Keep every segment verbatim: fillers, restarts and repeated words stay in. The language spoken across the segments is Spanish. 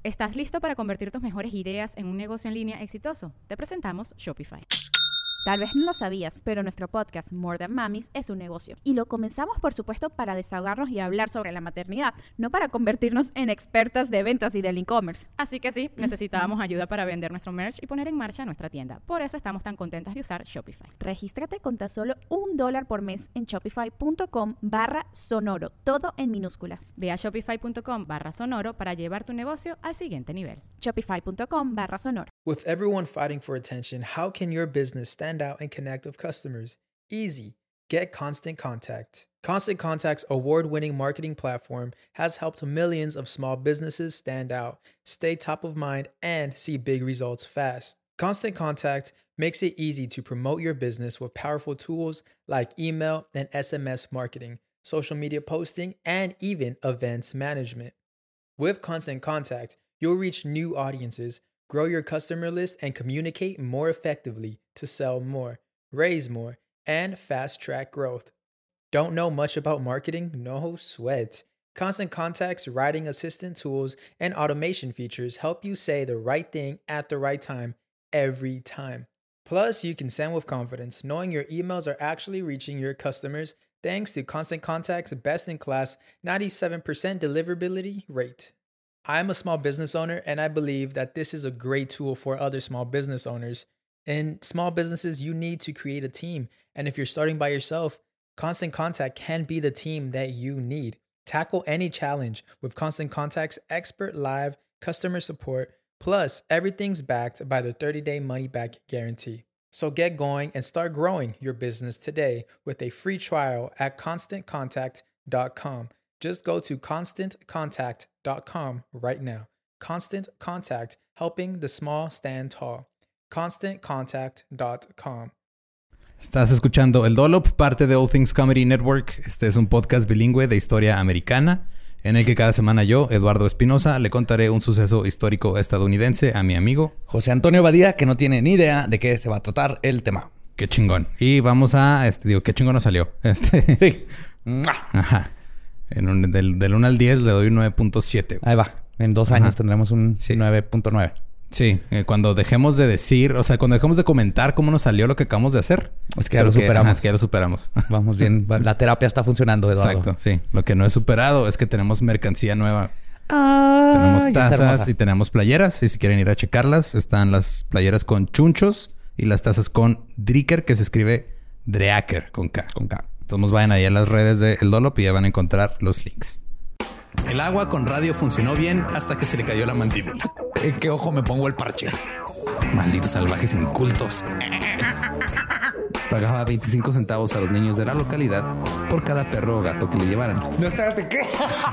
¿Estás listo para convertir tus mejores ideas en un negocio en línea exitoso? Te presentamos Shopify. Tal vez no lo sabías, pero nuestro podcast More Than Mamis es un negocio. Y lo comenzamos, por supuesto, para desahogarnos y hablar sobre la maternidad, no para convertirnos en expertas de ventas y del e-commerce. Así que sí, necesitábamos ayuda para vender nuestro merch y poner en marcha nuestra tienda. Por eso estamos tan contentas de usar Shopify. Regístrate con tan solo un dólar por mes en shopify.com barra sonoro, todo en minúsculas. Ve a shopify.com barra sonoro para llevar tu negocio al siguiente nivel. Shopify.com barra sonoro. With everyone fighting for attention, how can your business stand out and connect with customers? Easy. Get Constant Contact. Constant Contact's award-winning marketing platform has helped millions of small businesses stand out, stay top of mind, and see big results fast. Constant Contact makes it easy to promote your business with powerful tools like email and S M S marketing, social media posting, and even events management. With Constant Contact, you'll reach new audiences, grow your customer list, and communicate more effectively to sell more, raise more, and fast-track growth. Don't know much about marketing? No sweat. Constant Contact's writing assistant tools and automation features help you say the right thing at the right time every time. Plus, you can send with confidence, knowing your emails are actually reaching your customers thanks to Constant Contact's best-in-class ninety-seven percent deliverability rate. I'm a small business owner, and I believe that this is a great tool for other small business owners. In small businesses, you need to create a team. And if you're starting by yourself, Constant Contact can be the team that you need. Tackle any challenge with Constant Contact's expert live customer support. Plus, everything's backed by the thirty-day money-back guarantee. So get going and start growing your business today with a free trial at constant contact dot com. Just go to constant contact dot com right now. Constant Contact, helping the small stand tall. constant contact dot com. Estás escuchando El Dollop, parte de All Things Comedy Network. Este es un podcast bilingüe de historia americana, en el que cada semana yo, Eduardo Espinosa, le contaré un suceso histórico estadounidense a mi amigo José Antonio Badía, que no tiene ni idea de qué se va a tratar el tema. Qué chingón. Y vamos a... Este, digo, qué chingón nos salió. Este... Sí. Ajá. En un, del, del uno al diez le doy un nueve punto siete. Ahí va. En dos años Ajá. tendremos un Sí. nueve punto nueve. Sí. Eh, cuando dejemos de decir... O sea, cuando dejemos de comentar cómo nos salió lo que acabamos de hacer. Es que ya Creo lo superamos. Ajá, es que ya lo superamos. Vamos bien. La terapia está funcionando, Eduardo. Exacto, sí. Lo que no he superado es que tenemos mercancía nueva. Ah, Tenemos ya está tazas hermosa. y tenemos playeras. Y si quieren ir a checarlas, están las playeras con chunchos y las tazas con Dricker, que se escribe Dreaker con K. Con K. Entonces vayan ahí a las redes de El Dollop y ya van a encontrar los links. El agua con radio funcionó bien hasta que se le cayó la mandíbula. ¿En qué ojo me pongo el parche? Malditos salvajes incultos. Pagaba veinticinco centavos a los niños de la localidad por cada perro o gato que le llevaran. No, espérate, ¿qué?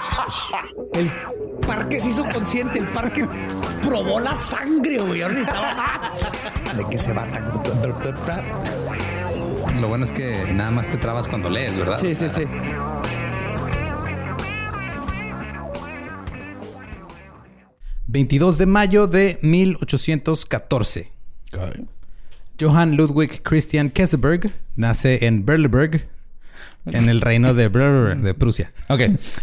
El parque se hizo consciente. El parque probó la sangre, güey. Ahora estaba... ¿De qué se va tan...? Lo bueno es que nada más te trabas cuando lees, ¿verdad? Sí, sí, sí. veintidós de mayo de mil ochocientos catorce. Okay. Johann Ludwig Christian Keseberg nace en Berleburg, en el reino de Brr, de Prusia. Ok.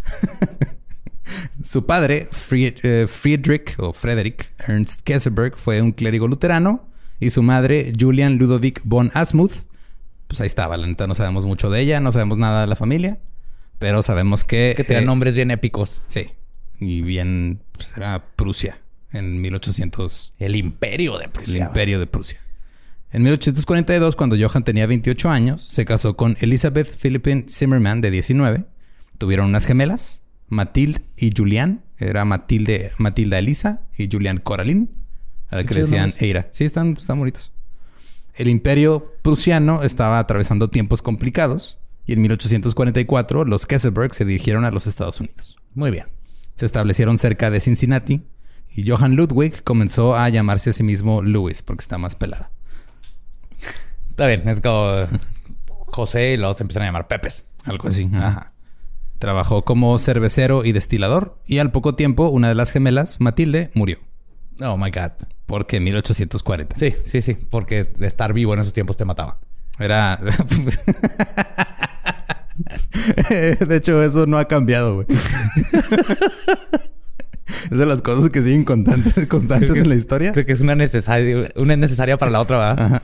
Su padre, Fried, eh, Friedrich o Frederick Ernst Keseberg, fue un clérigo luterano, y su madre, Julian Ludovic von Asmuth, pues ahí estaba. La neta no sabemos mucho de ella, no sabemos nada de la familia, pero sabemos que... Que tenían eh, nombres bien épicos. Sí. Y bien, pues era Prusia en mil ochocientos. El imperio de El Prusia. imperio de Prusia. En mil ochocientos cuarenta y dos, cuando Johann tenía veintiocho años, se casó con Elizabeth Philippine Zimmermann, de diecinueve. Tuvieron unas gemelas, Mathilde y Julian. Era Matilde, Matilda Elisa y Julian Coraline, a la que le decían Eira. Sí, están, están bonitos. El imperio prusiano estaba atravesando tiempos complicados, y en mil ochocientos cuarenta y cuatro los Keseberg se dirigieron a los Estados Unidos. Muy bien. Se establecieron cerca de Cincinnati, y Johann Ludwig comenzó a llamarse a sí mismo Louis porque está más pelada. Está bien. Es como José y luego se empiezan a llamar Pepes. Algo así. Ajá. Ajá. Trabajó como cervecero y destilador, y al poco tiempo una de las gemelas, Matilde, murió. Oh my God. Porque en mil ochocientos cuarenta. Sí, sí, sí. Porque de estar vivo en esos tiempos te mataba. Era... De hecho, eso no ha cambiado, güey. Es de las cosas que siguen constantes, constantes que, en la historia. Creo que es una necesaria, una necesaria para la otra, ¿verdad?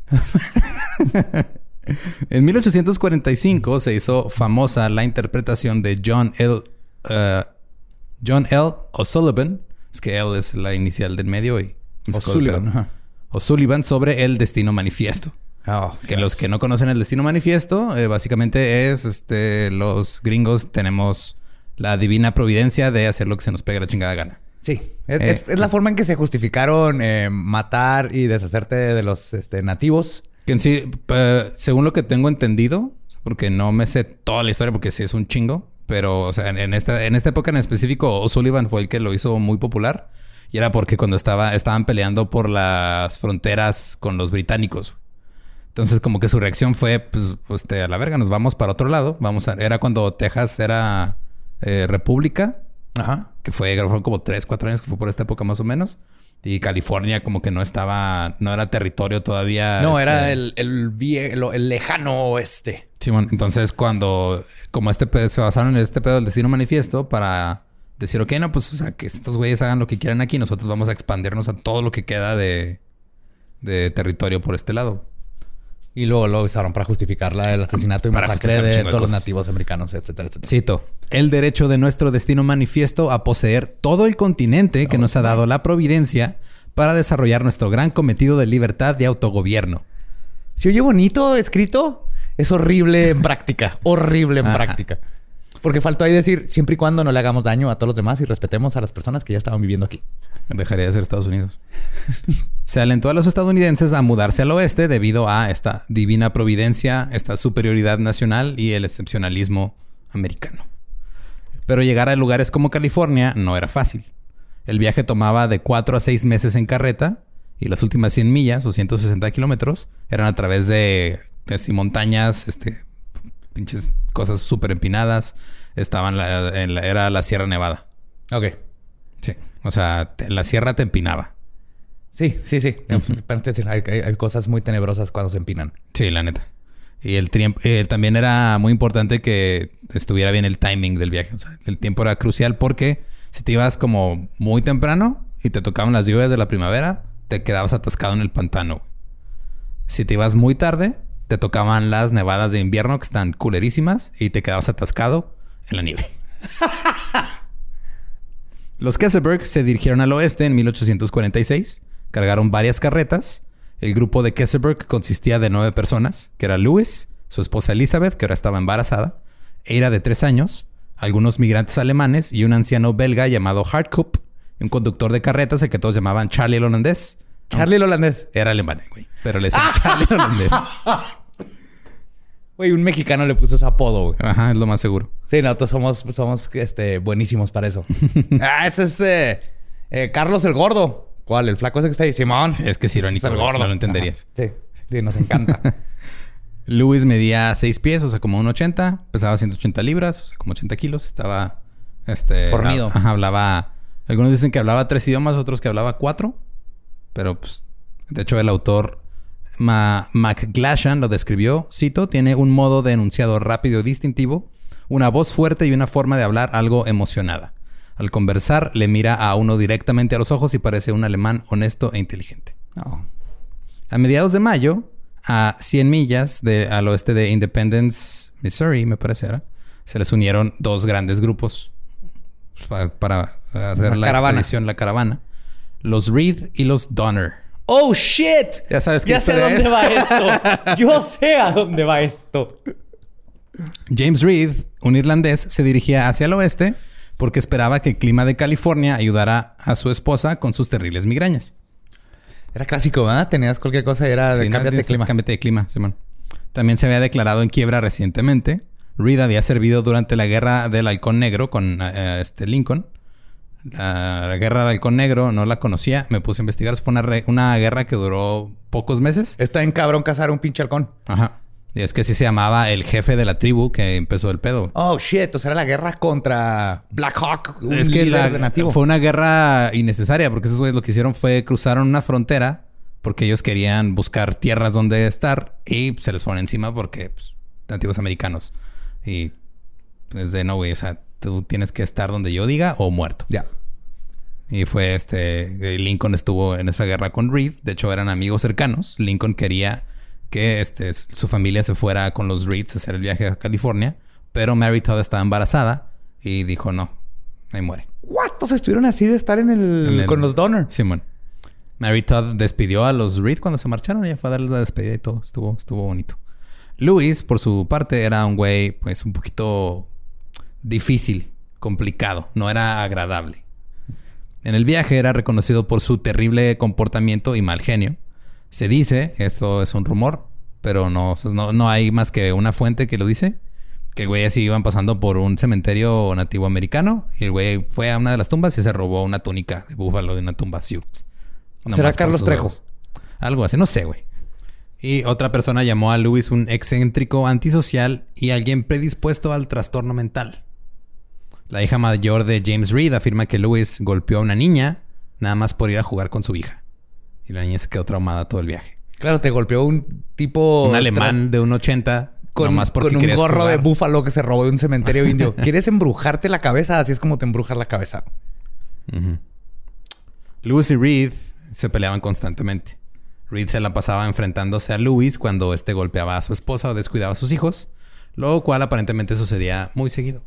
Ajá. En mil ochocientos cuarenta y cinco se hizo famosa la interpretación de John L. Uh, John L. O'Sullivan. Es que L es la inicial del medio y... O'Sullivan. Ajá. O'Sullivan sobre el Destino Manifiesto. Oh, que yes. Los que no conocen el Destino Manifiesto, eh, básicamente es... este Los gringos tenemos la divina providencia de hacer lo que se nos pegue la chingada gana. Sí. Es, eh, es, es la forma en que se justificaron eh, matar y deshacerte de los este, nativos. Que en sí, uh, según lo que tengo entendido, porque no me sé toda la historia porque sí es un chingo, pero o sea, en, en, esta, en esta época en específico, O'Sullivan fue el que lo hizo muy popular. Y era porque cuando estaba, estaban peleando por las fronteras con los británicos. Entonces como que su reacción fue, pues, pues te, a la verga, nos vamos para otro lado. Vamos a, era cuando Texas era eh, república. Ajá. Que fue, fueron como tres, cuatro años que fue por esta época más o menos. Y California como que no estaba... No era territorio todavía. No, este... era el, el, vie... el lejano oeste. Sí, bueno. Entonces cuando... Como este pedo, se basaron en este pedo del Destino Manifiesto para decir... Ok, no, pues... O sea, que estos güeyes hagan lo que quieran aquí. Nosotros vamos a expandirnos a todo lo que queda de... De territorio por este lado. Y luego lo usaron para justificar la, el asesinato y para masacre de todos de los nativos americanos, etcétera, etcétera. Cito. El derecho de nuestro Destino Manifiesto a poseer todo el continente que nos ha dado la providencia... para desarrollar nuestro gran cometido de libertad y autogobierno. ¿Se oye bonito escrito? Es horrible en práctica. Horrible en Ajá. práctica. Porque faltó ahí decir, siempre y cuando no le hagamos daño a todos los demás y respetemos a las personas que ya estaban viviendo aquí. Dejaría de ser Estados Unidos. Se alentó a los estadounidenses a mudarse al oeste debido a esta divina providencia, esta superioridad nacional y el excepcionalismo americano. Pero llegar a lugares como California no era fácil. El viaje tomaba de cuatro a seis meses en carreta y las últimas cien millas o ciento sesenta kilómetros eran a través de, de montañas, este, pinches cosas súper empinadas. Estaban la, en la, era la Sierra Nevada. Ok. Sí. O sea, te, la sierra te empinaba. Sí, sí, sí. Uh-huh. decir, hay, hay, hay cosas muy tenebrosas cuando se empinan. Sí, la neta. Y el tiempo eh, también era muy importante que estuviera bien el timing del viaje. O sea, el tiempo era crucial porque... Si te ibas como muy temprano y te tocaban las lluvias de la primavera, te quedabas atascado en el pantano. Si te ibas muy tarde, te tocaban las nevadas de invierno que están culerísimas y te quedabas atascado en la nieve. Los Keseberg se dirigieron al oeste en mil ochocientos cuarenta y seis. Cargaron varias carretas. El grupo de Keseberg consistía de nueve personas, que era Lewis, su esposa Elizabeth, que ahora estaba embarazada, Eira de tres años, algunos migrantes alemanes y un anciano belga llamado Hartkoop, un conductor de carretas al que todos llamaban Charlie el holandés. Charlie el holandés. Era alemán, güey. Pero le decían Charlie el holandés. Güey, un mexicano le puso su apodo, güey. Ajá, es lo más seguro. Sí, nosotros somos, somos este, buenísimos para eso. ah, ese es eh, eh, Carlos el Gordo. ¿Cuál? ¿El flaco ese que está ahí? Simón. Sí, es que es irónico. Es el gordo. No lo entenderías. Ajá. Sí, sí, nos encanta. Lewis medía seis pies, o sea, como un ochenta. Pesaba ciento ochenta libras, o sea, como ochenta kilos. Estaba... este Fornido. Ajá, hablaba... Algunos dicen que hablaba tres idiomas, otros que hablaba cuatro. Pero, pues... De hecho, el autor Ma- McGlashan lo describió. Cito, tiene un modo de enunciado rápido y distintivo, una voz fuerte y una forma de hablar algo emocionada. Al conversar, le mira a uno directamente a los ojos y parece un alemán honesto e inteligente. Oh. A mediados de mayo... A cien millas de, al oeste de Independence, Missouri, me parece, ¿era? Se les unieron dos grandes grupos para, para hacer la, la expedición, la caravana. Los Reed y los Donner. ¡Oh, shit! Ya sabes qué Ya sé a dónde va esto. Yo sé a dónde va esto. James Reed, un irlandés, se dirigía hacia el oeste porque esperaba que el clima de California ayudara a su esposa con sus terribles migrañas. Era clásico, ¿verdad? Tenías cualquier cosa y era de sí, cámbiate de clima. Cámbiate de clima, Simón. También se había declarado en quiebra recientemente. Reed había servido durante la guerra del Halcón Negro con uh, este Lincoln. La, la guerra del Halcón Negro no la conocía. Me puse a investigar. Fue una, re, una guerra que duró pocos meses. Está en cabrón cazar un pinche halcón. Ajá. Y es que sí se llamaba el jefe de la tribu que empezó el pedo. Oh, shit. O sea, era la guerra contra Black Hawk. Un es que la, líder nativo. Fue una guerra innecesaria porque esos güeyes lo que hicieron fue cruzaron una frontera porque ellos querían buscar tierras donde estar y se les fueron encima porque pues, nativos americanos. Y es de no, güey. O sea, tú tienes que estar donde yo diga o muerto. Ya. Y fue este... Lincoln estuvo en esa guerra con Reed. De hecho, eran amigos cercanos. Lincoln quería que este, su familia se fuera con los Reeds a hacer el viaje a California. Pero Mary Todd estaba embarazada y dijo no. Ahí muere. ¿Cuántos estuvieron así de estar en el... En el- con los Donner? Simón. Mary Todd despidió a los Reed cuando se marcharon. Ella fue a darles la despedida y todo. Estuvo, estuvo bonito. Louis, por su parte, era un güey pues un poquito difícil, complicado. No era agradable. En el viaje era reconocido por su terrible comportamiento y mal genio. Se dice, esto es un rumor, pero no, no, no hay más que una fuente que lo dice, que el güey así iban pasando por un cementerio nativo americano y el güey fue a una de las tumbas y se robó una túnica de búfalo de una tumba Sioux. ¿Será Nomás por Carlos sus Trejo? huevos. Algo así, no sé, güey. Y otra persona llamó a Louis un excéntrico antisocial y alguien predispuesto al trastorno mental. La hija mayor de James Reed afirma que Louis golpeó a una niña nada más por ir a jugar con su hija. Y la niña se quedó traumada todo el viaje. Claro, te golpeó un tipo... Un alemán de un ochenta Con, nomás porque con un querías gorro jugar. de búfalo que se robó de un cementerio indio. ¿Quieres embrujarte la cabeza? Así es como te embrujas la cabeza. Uh-huh. Louis y Reed se peleaban constantemente. Reed se la pasaba enfrentándose a Louis cuando este golpeaba a su esposa o descuidaba a sus hijos, lo cual aparentemente sucedía muy seguido.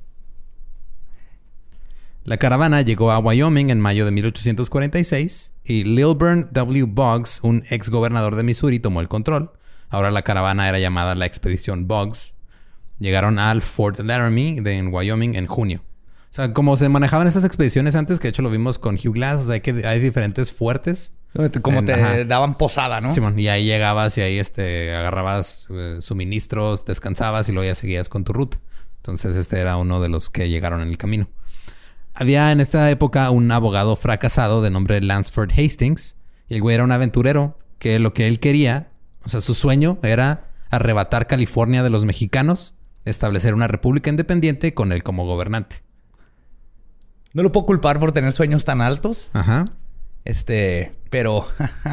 La caravana llegó a Wyoming en mayo de mil ochocientos cuarenta y seis y Lilburn W. Boggs, un ex gobernador de Missouri, tomó el control. Ahora la caravana era llamada la Expedición Boggs. Llegaron al Fort Laramie de, en Wyoming en junio. O sea, como se manejaban estas expediciones antes, que de hecho lo vimos con Hugh Glass, o sea, hay, que, hay diferentes fuertes. Como En- te ajá. daban posada, ¿no? Simón, y ahí llegabas y ahí este, agarrabas eh, suministros, descansabas y luego ya seguías con tu ruta. Entonces este era uno de los que llegaron en el camino. Había en esta época un abogado fracasado de nombre Lansford Hastings. Y el güey era un aventurero que lo que él quería, o sea, su sueño era arrebatar California de los mexicanos, establecer una república independiente con él como gobernante. No lo puedo culpar por tener sueños tan altos. Ajá. Este... Pero...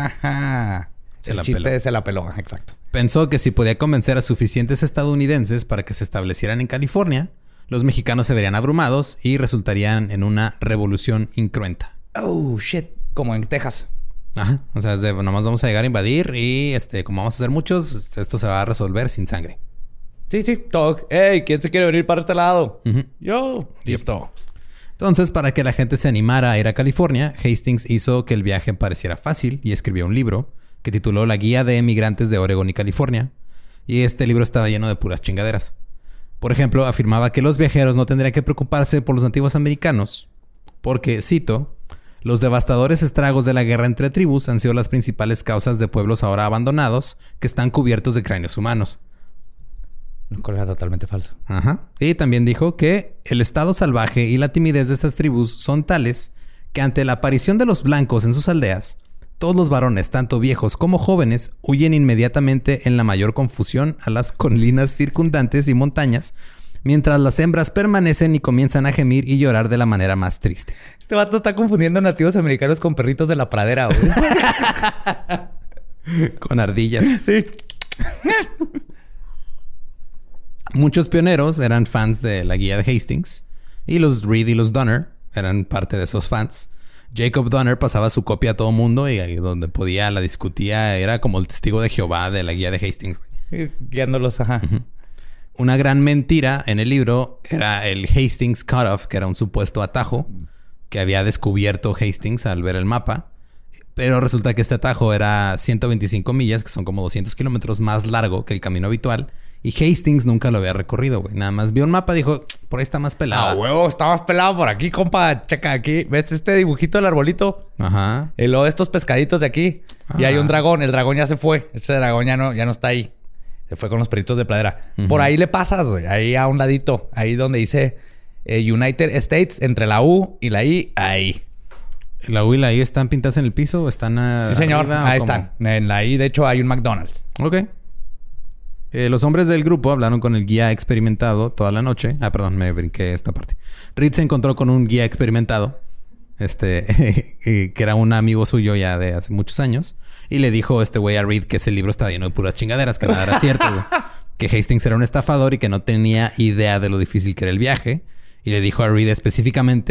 Se el la chiste peló. se la peló. Exacto. Pensó que si podía convencer a suficientes estadounidenses para que se establecieran en California, los mexicanos se verían abrumados y resultarían en una revolución incruenta. Oh, shit. Como en Texas. Ajá. O sea, es de, nomás vamos a llegar a invadir y este, como vamos a hacer muchos, esto se va a resolver sin sangre. Sí, sí. Talk. Hey, ¿quién se quiere venir para este lado? Ujú. Yo. Listo. Entonces, para que la gente se animara a ir a California, Hastings hizo que el viaje pareciera fácil y escribió un libro que tituló La Guía de Emigrantes de Oregón y California. Y este libro estaba lleno de puras chingaderas. Por ejemplo, afirmaba que los viajeros no tendrían que preocuparse por los nativos americanos porque, cito, los devastadores estragos de la guerra entre tribus han sido las principales causas de pueblos ahora abandonados que están cubiertos de cráneos humanos. Lo cual era totalmente falso. Ajá. Y también dijo que el estado salvaje y la timidez de estas tribus son tales que ante la aparición de los blancos en sus aldeas, todos los varones, tanto viejos como jóvenes, huyen inmediatamente en la mayor confusión a las colinas circundantes y montañas, mientras las hembras permanecen y comienzan a gemir y llorar de la manera más triste. Este vato está confundiendo nativos americanos con perritos de la pradera, güey. Con ardillas. Sí. Muchos pioneros eran fans de la guía de Hastings y los Reed y los Donner eran parte de esos fans. Jacob Donner pasaba su copia a todo mundo y ahí donde podía la discutía. Era como el testigo de Jehová de la guía de Hastings. Eh, Guiándolos, ajá. Uh-huh. Una gran mentira en el libro era el Hastings Cutoff, que era un supuesto atajo que había descubierto Hastings al ver el mapa. Pero resulta que este atajo era ciento veinticinco millas, que son como doscientos kilómetros más largo que el camino habitual. Y Hastings nunca lo había recorrido, güey. Nada más vio un mapa y dijo, por ahí está más pelado. Ah, huevo, está más pelado por aquí, compa. Checa aquí. ¿Ves este dibujito del arbolito? Ajá. Y luego estos pescaditos de aquí. Y Ah. hay un dragón. El dragón ya se fue. Ese dragón ya no, ya no está ahí. Se fue con los perritos de pradera. Ujú. Por ahí le pasas, güey. Ahí a un ladito. Ahí donde dice eh, United States. Entre la U y la I. Ahí. ¿La U y la I están pintadas en el piso o están a, Sí, señor. arriba, o Ahí cómo? están. En la I, de hecho, hay un McDonald's. Ok. Eh, los hombres del grupo hablaron con el guía experimentado toda la noche. Ah, perdón, me brinqué esta parte. Reed se encontró con un guía experimentado, este, que era un amigo suyo ya de hace muchos años, y le dijo este güey a Reed que ese libro estaba lleno de puras chingaderas, que nada era cierto, güey. Que Hastings era un estafador y que no tenía idea de lo difícil que era el viaje. Y le dijo a Reed específicamente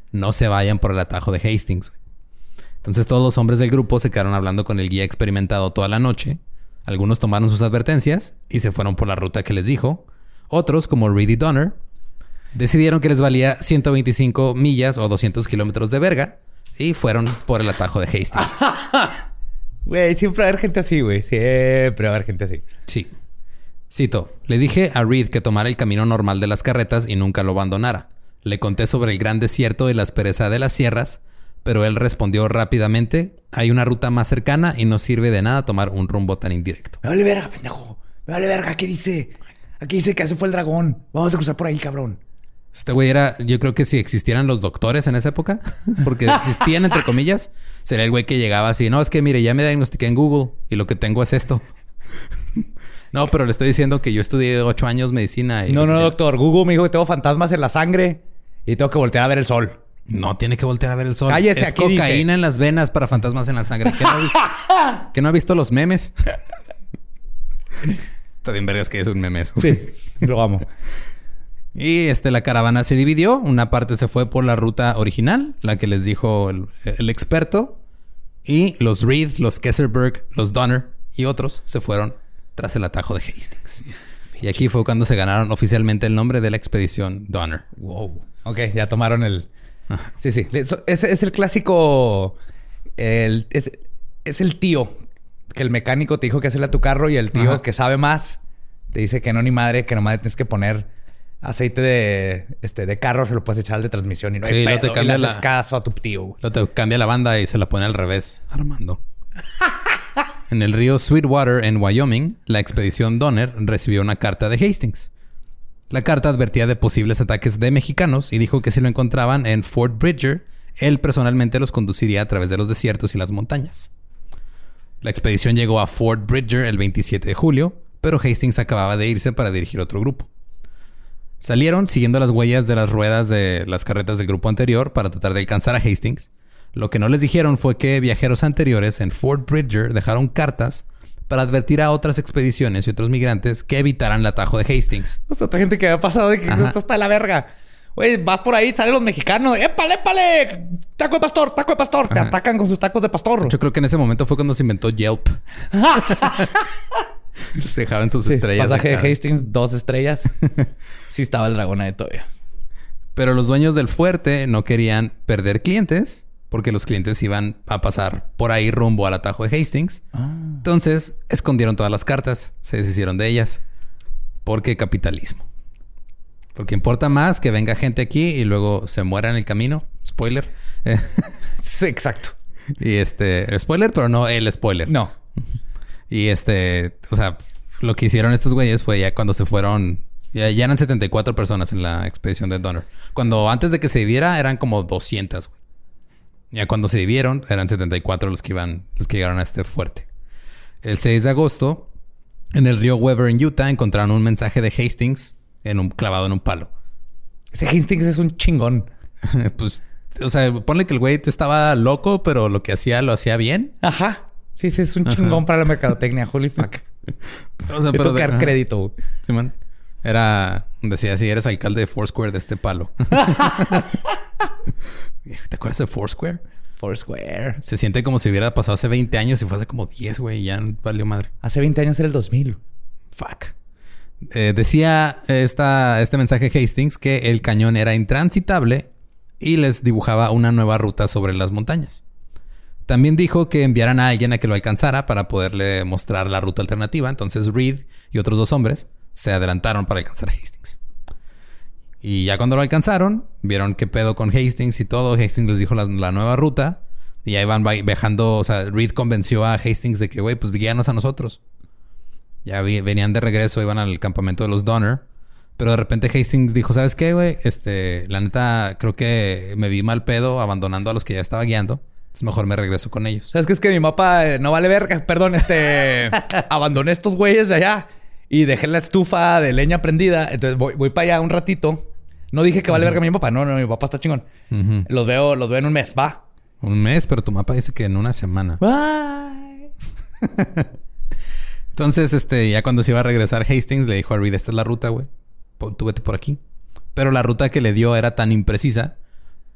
no se vayan por el atajo de Hastings. Entonces todos los hombres del grupo se quedaron hablando con el guía experimentado toda la noche. Algunos tomaron sus advertencias y se fueron por la ruta que les dijo. Otros, como Reed y Donner, decidieron que les valía ciento veinticinco millas o doscientos kilómetros de verga y fueron por el atajo de Hastings. Güey, siempre va a haber gente así, güey. Siempre va a haber gente así. Sí. Cito. Le dije a Reed que tomara el camino normal de las carretas y nunca lo abandonara. Le conté sobre el gran desierto y la aspereza de las sierras, pero él respondió rápidamente: hay una ruta más cercana y no sirve de nada tomar un rumbo tan indirecto. Me vale verga, pendejo. Me vale verga. ¿Qué dice? Aquí dice que ese fue el dragón. Vamos a cruzar por ahí, cabrón. Este güey era... Yo creo que si existieran los doctores en esa época, porque existían entre comillas, sería el güey que llegaba así: no, es que mire, ya me diagnostiqué en Google y lo que tengo es esto. No, pero le estoy diciendo que yo estudié ocho años medicina. Y no, no, que... doctor. Google me dijo que tengo fantasmas en la sangre y tengo que voltear a ver el sol. No, tiene que voltear a ver el sol. Cállese, es aquí cocaína dice. en las venas para fantasmas en la sangre. ¿Qué no ha visto, ¿Qué no ha visto los memes? Está bien vergas que es un meme eso. Sí, lo amo. Y este, la caravana se dividió. Una parte se fue por la ruta original, la que les dijo el, el experto. Y los Reed, los Kesselberg, los Donner y otros se fueron tras el atajo de Hastings. Y aquí fue cuando se ganaron oficialmente el nombre de la expedición Donner. Wow. Ok, ya tomaron el... Ajá. Sí, sí. Es, es el clásico... El, es, es el tío que el mecánico te dijo que hacerle a tu carro y el tío Ajá. que sabe más te dice que no ni madre, que nomás tienes que poner aceite de este de carro, se lo puedes echar al de transmisión y no hay sí, pedo. Te cambia y le la... haces caso a tu tío. Lo te cambia la banda y se la pone al revés, Armando. En el río Sweetwater, en Wyoming, la expedición Donner recibió una carta de Hastings. La carta advertía de posibles ataques de mexicanos y dijo que si lo encontraban en Fort Bridger, él personalmente los conduciría a través de los desiertos y las montañas. La expedición llegó a Fort Bridger el veintisiete de julio, pero Hastings acababa de irse para dirigir otro grupo. Salieron siguiendo las huellas de las ruedas de las carretas del grupo anterior para tratar de alcanzar a Hastings. Lo que no les dijeron fue que viajeros anteriores en Fort Bridger dejaron cartas para advertir a otras expediciones y otros migrantes que evitaran el atajo de Hastings. O sea, otra gente que había pasado de que esto está de la verga. Güey, vas por ahí, salen los mexicanos. ¡Épale, épale! ¡Taco de pastor, taco de pastor! Ajá. Te atacan con sus tacos de pastor. Yo creo que en ese momento fue cuando se inventó Yelp. Se dejaban sus sí, estrellas. Pasaje de Hastings, dos estrellas. Sí estaba el dragón ahí todavía. Pero los dueños del fuerte no querían perder clientes porque los clientes iban a pasar por ahí rumbo al atajo de Hastings. Ah. Entonces, escondieron todas las cartas. Se deshicieron de ellas. Porque capitalismo. Porque importa más que venga gente aquí y luego se muera en el camino. Spoiler. Sí, exacto. Y este... Spoiler, pero no el spoiler. No. Y este... O sea, lo que hicieron estos güeyes fue ya cuando se fueron... Ya, ya eran setenta y cuatro personas en la expedición de Donner. Cuando antes de que se dividiera eran como doscientas. Ya cuando se dividieron eran setenta y cuatro los que iban... Los que llegaron a este fuerte. El seis de agosto, en el río Weber en Utah, encontraron un mensaje de Hastings en un, clavado en un palo. Ese Hastings es un chingón. Pues... O sea, ponle que el güey estaba loco, pero lo que hacía lo hacía bien. Ajá. Sí, sí, es un chingón Ajá. para la mercadotecnia. Holy fuck. O sea, pero que dar crédito. Sí, man. Era... Decía así, eres alcalde de Foursquare de este palo. ¿Te acuerdas de Foursquare? Foursquare. Se siente como si hubiera pasado hace veinte años y fue hace como diez, güey. Ya valió madre. Hace veinte años era el dos mil. Fuck. Eh, decía esta, este mensaje Hastings que el cañón era intransitable y les dibujaba una nueva ruta sobre las montañas. También dijo que enviaran a alguien a que lo alcanzara para poderle mostrar la ruta alternativa. Entonces Reed y otros dos hombres se adelantaron para alcanzar a Hastings. Y ya cuando lo alcanzaron, vieron qué pedo con Hastings y todo. Hastings les dijo la, la nueva ruta. Y ahí van viajando. O sea, Reed convenció a Hastings de que, güey, pues guíanos a nosotros. Ya vi, venían de regreso, iban al campamento de los Donner. Pero de repente Hastings dijo, ¿sabes qué, güey? Este, la neta, creo que me vi mal pedo abandonando a los que ya estaba guiando. Es mejor me regreso con ellos. ¿Sabes qué? Es que mi mapa eh, no vale verga. Perdón, este... abandoné estos güeyes de allá. Y dejé la estufa de leña prendida. Entonces voy, voy para allá un ratito. No dije que vale uh-huh. verga mi papá. No, no, mi papá está chingón. Uh-huh. Los veo, los veo en un mes. Va. Un mes, pero tu mapa dice que en una semana. Bye. Entonces, este, ya cuando se iba a regresar Hastings, le dijo a Reed, esta es la ruta, güey. Tú vete por aquí. Pero la ruta que le dio era tan imprecisa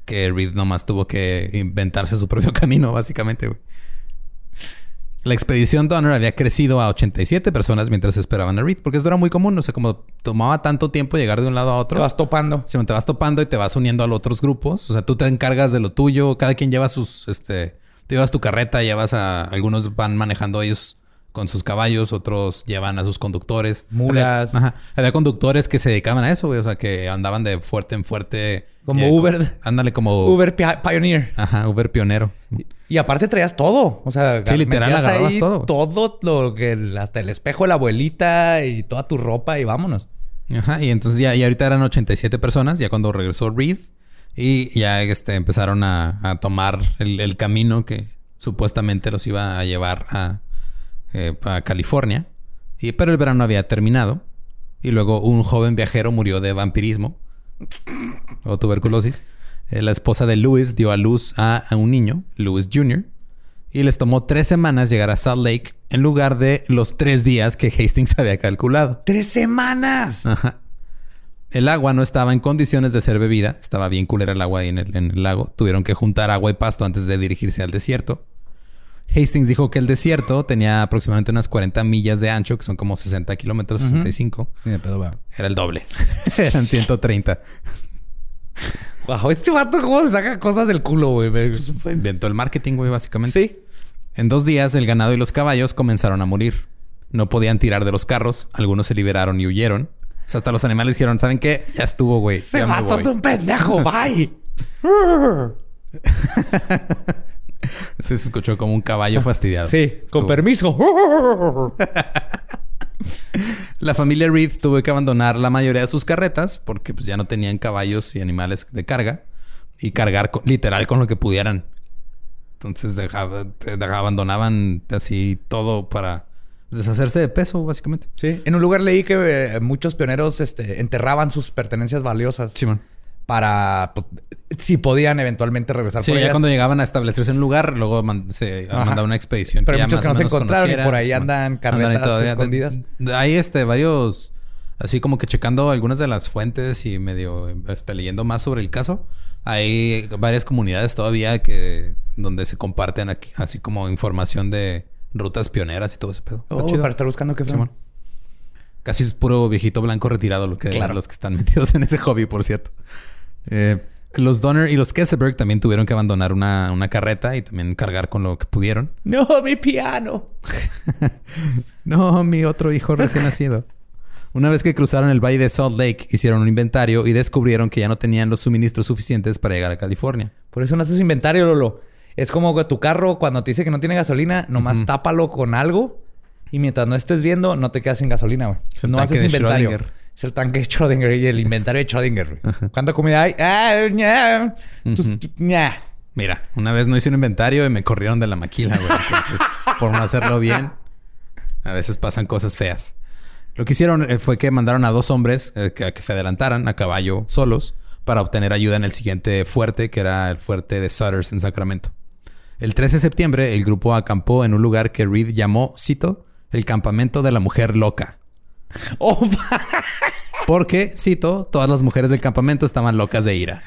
que Reed nomás tuvo que inventarse su propio camino, básicamente, güey. La expedición Donner había crecido a ochenta y siete personas mientras esperaban a Reed, porque esto era muy común. O sea, como tomaba tanto tiempo llegar de un lado a otro. Te vas topando. Sí, te vas topando y te vas uniendo a los otros grupos. O sea, tú te encargas de lo tuyo. Cada quien lleva sus... este, tú llevas tu carreta, llevas a... Algunos van manejando ellos con sus caballos, otros llevan a sus conductores. Mulas. Había, ajá, había conductores que se dedicaban a eso, güey. O sea, que andaban de fuerte en fuerte. Como y, Uber. Como, ándale, como... Uber pi- Pioneer. Ajá, Uber pionero. Y, y aparte traías todo. O sea, sí, literal agarrabas todo. Todo lo que... Hasta el espejo de la abuelita y toda tu ropa y vámonos. Ajá. Y entonces ya... Y ahorita eran ochenta y siete personas. Ya cuando regresó Reed. Y ya este, empezaron a, a tomar el, el camino que supuestamente los iba a llevar a... Eh, a California. Y, pero el verano había terminado. Y luego un joven viajero murió de vampirismo o tuberculosis. Eh, la esposa de Lewis dio a luz a, a un niño, Lewis junior Y les tomó tres semanas llegar a Salt Lake en lugar de los tres días que Hastings había calculado. ¡Tres semanas! Ajá. El agua no estaba en condiciones de ser bebida. Estaba bien culera el agua ahí en el, en el lago. Tuvieron que juntar agua y pasto antes de dirigirse al desierto. Hastings dijo que el desierto tenía aproximadamente unas cuarenta millas de ancho, que son como sesenta kilómetros, uh-huh. sesenta y cinco. Sí, de pedo, va. Era el doble. Eran ciento treinta. Wow, este vato cómo se saca cosas del culo, güey. Pues inventó el marketing, güey, básicamente. Sí. En dos días, el ganado y los caballos comenzaron a morir. No podían tirar de los carros. Algunos se liberaron y huyeron. O sea, hasta los animales dijeron, ¿saben qué? Ya estuvo, güey. Ese ya vato es un pendejo. Bye. Se escuchó como un caballo fastidiado. Sí, Estuvo. Con permiso. La familia Reed tuvo que abandonar la mayoría de sus carretas porque pues, ya no tenían caballos y animales de carga y cargar con, literal con lo que pudieran. Entonces dejaba, dejaba, abandonaban así todo para deshacerse de peso, básicamente. Sí. En un lugar leí que eh, muchos pioneros este, enterraban sus pertenencias valiosas. Simón. Para... Pues, si podían eventualmente regresar sí, por ya ellas. cuando llegaban a establecerse en un lugar, luego man, se Ajá. mandaba una expedición. Pero que muchos ya que no se encontraron y por ahí sí, andan carretas andan escondidas. De, de, hay este, varios... Así como que checando algunas de las fuentes y medio este, leyendo más sobre el caso. Hay varias comunidades todavía que... Donde se comparten aquí, así como información de rutas pioneras y todo ese pedo. Oh, para estar buscando qué fue. Casi es puro viejito blanco retirado lo que claro. los que están metidos en ese hobby, por cierto. Eh... Los Donner y los Kesselberg también tuvieron que abandonar una, una carreta y también cargar con lo que pudieron. ¡No, mi piano! No, mi otro hijo recién nacido. Una vez que cruzaron el valle de Salt Lake, hicieron un inventario y descubrieron que ya no tenían los suministros suficientes para llegar a California. Por eso no haces inventario, Lolo. Es como que tu carro, cuando te dice que no tiene gasolina, nomás uh-huh. tápalo con algo y mientras no estés viendo, no te quedas sin gasolina, güey. No haces inventario. Schrödinger. Es el tanque de Schrödinger y el inventario de Schrödinger. Uh-huh. ¿Cuánta comida hay? Ah, ña. Uh-huh. ña. Mira, una vez no hice un inventario y me corrieron de la maquila, güey. Entonces, por no hacerlo bien, a veces pasan cosas feas. Lo que hicieron fue que mandaron a dos hombres eh, que, a que se adelantaran a caballo solos para obtener ayuda en el siguiente fuerte, que era el fuerte de Sutters en Sacramento. El trece de septiembre, el grupo acampó en un lugar que Reed llamó, cito, el campamento de la mujer loca. Oh, porque, cito, todas las mujeres del campamento estaban locas de ira.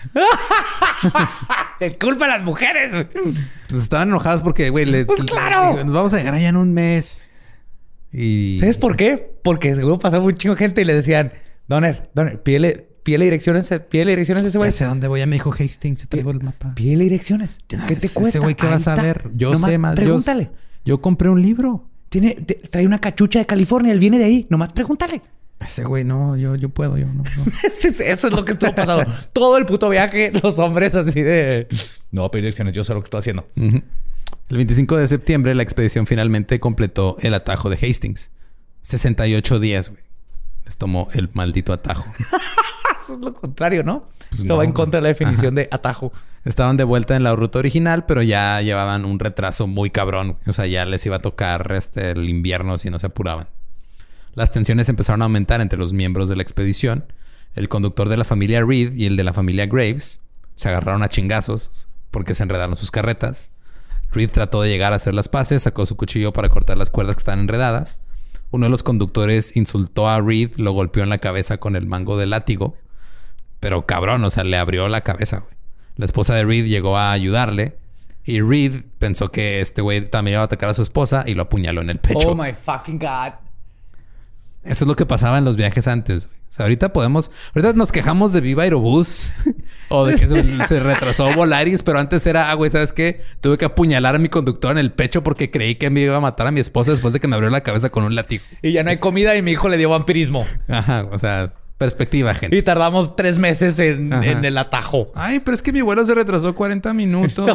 ¡Se culpa a las mujeres! Pues estaban enojadas porque, güey, le, pues claro. le, nos vamos a llegar allá en un mes. Y... ¿Sabes por qué? Porque seguro pasaba un chingo de gente y le decían, Donner, Donner, pídele, pídele direcciones, pídele direcciones a ese güey. Ya sé dónde voy, ya me dijo Hastings, se traigo el mapa. Pídele direcciones. ¿Qué te cuesta? Ese güey, ¿qué vas a ver? Yo Nomás sé más. Pregúntale. Yo, yo compré un libro. Tiene, te, trae una cachucha de California, él viene de ahí. Nomás pregúntale. Ese güey, no, yo, yo puedo, yo no. no. Eso es lo que estuvo pasando. Todo el puto viaje, los hombres así de... No, pedir direcciones, yo sé lo que estoy haciendo. Uh-huh. El veinticinco de septiembre, la expedición finalmente completó el atajo de Hastings. sesenta y ocho días, güey. Les tomó el maldito atajo. Eso es lo contrario, ¿no? Pues Eso no, va en contra de la definición ajá. de atajo. Estaban de vuelta en la ruta original, pero ya llevaban un retraso muy cabrón. O sea, ya les iba a tocar este, el invierno si no se apuraban. Las tensiones empezaron a aumentar entre los miembros de la expedición. El conductor de la familia Reed y el de la familia Graves se agarraron a chingazos porque se enredaron sus carretas. Reed trató de llegar a hacer las paces, sacó su cuchillo para cortar las cuerdas que estaban enredadas. Uno de los conductores insultó a Reed, lo golpeó en la cabeza con el mango del látigo. Pero cabrón, o sea, le abrió la cabeza, güey. La esposa de Reed llegó a ayudarle y Reed pensó que este güey también iba a atacar a su esposa y lo apuñaló en el pecho. Oh my fucking God. Esto es lo que pasaba en los viajes antes. O sea, ahorita podemos... Ahorita nos quejamos de Viva Aerobús o de que se, se retrasó Volaris, pero antes era, ah, güey, ¿sabes qué? Tuve que apuñalar a mi conductor en el pecho porque creí que me iba a matar a mi esposa después de que me abrió la cabeza con un látigo. Y ya no hay comida y mi hijo le dio vampirismo. Ajá, o sea, perspectiva, gente. Y tardamos tres meses en, en el atajo. Ay, pero es que mi vuelo se retrasó cuarenta minutos.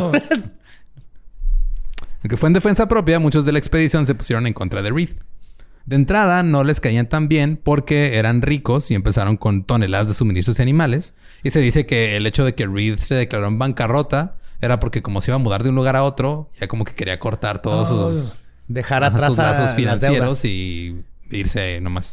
Aunque fue en defensa propia, muchos de la expedición se pusieron en contra de Reed. De entrada, no les caían tan bien porque eran ricos y empezaron con toneladas de suministros y animales. Y se dice que el hecho de que Reed se declaró en bancarrota era porque como se iba a mudar de un lugar a otro, ya como que quería cortar todos oh, sus... Dejar atrás sus lazos a financieros y irse nomás.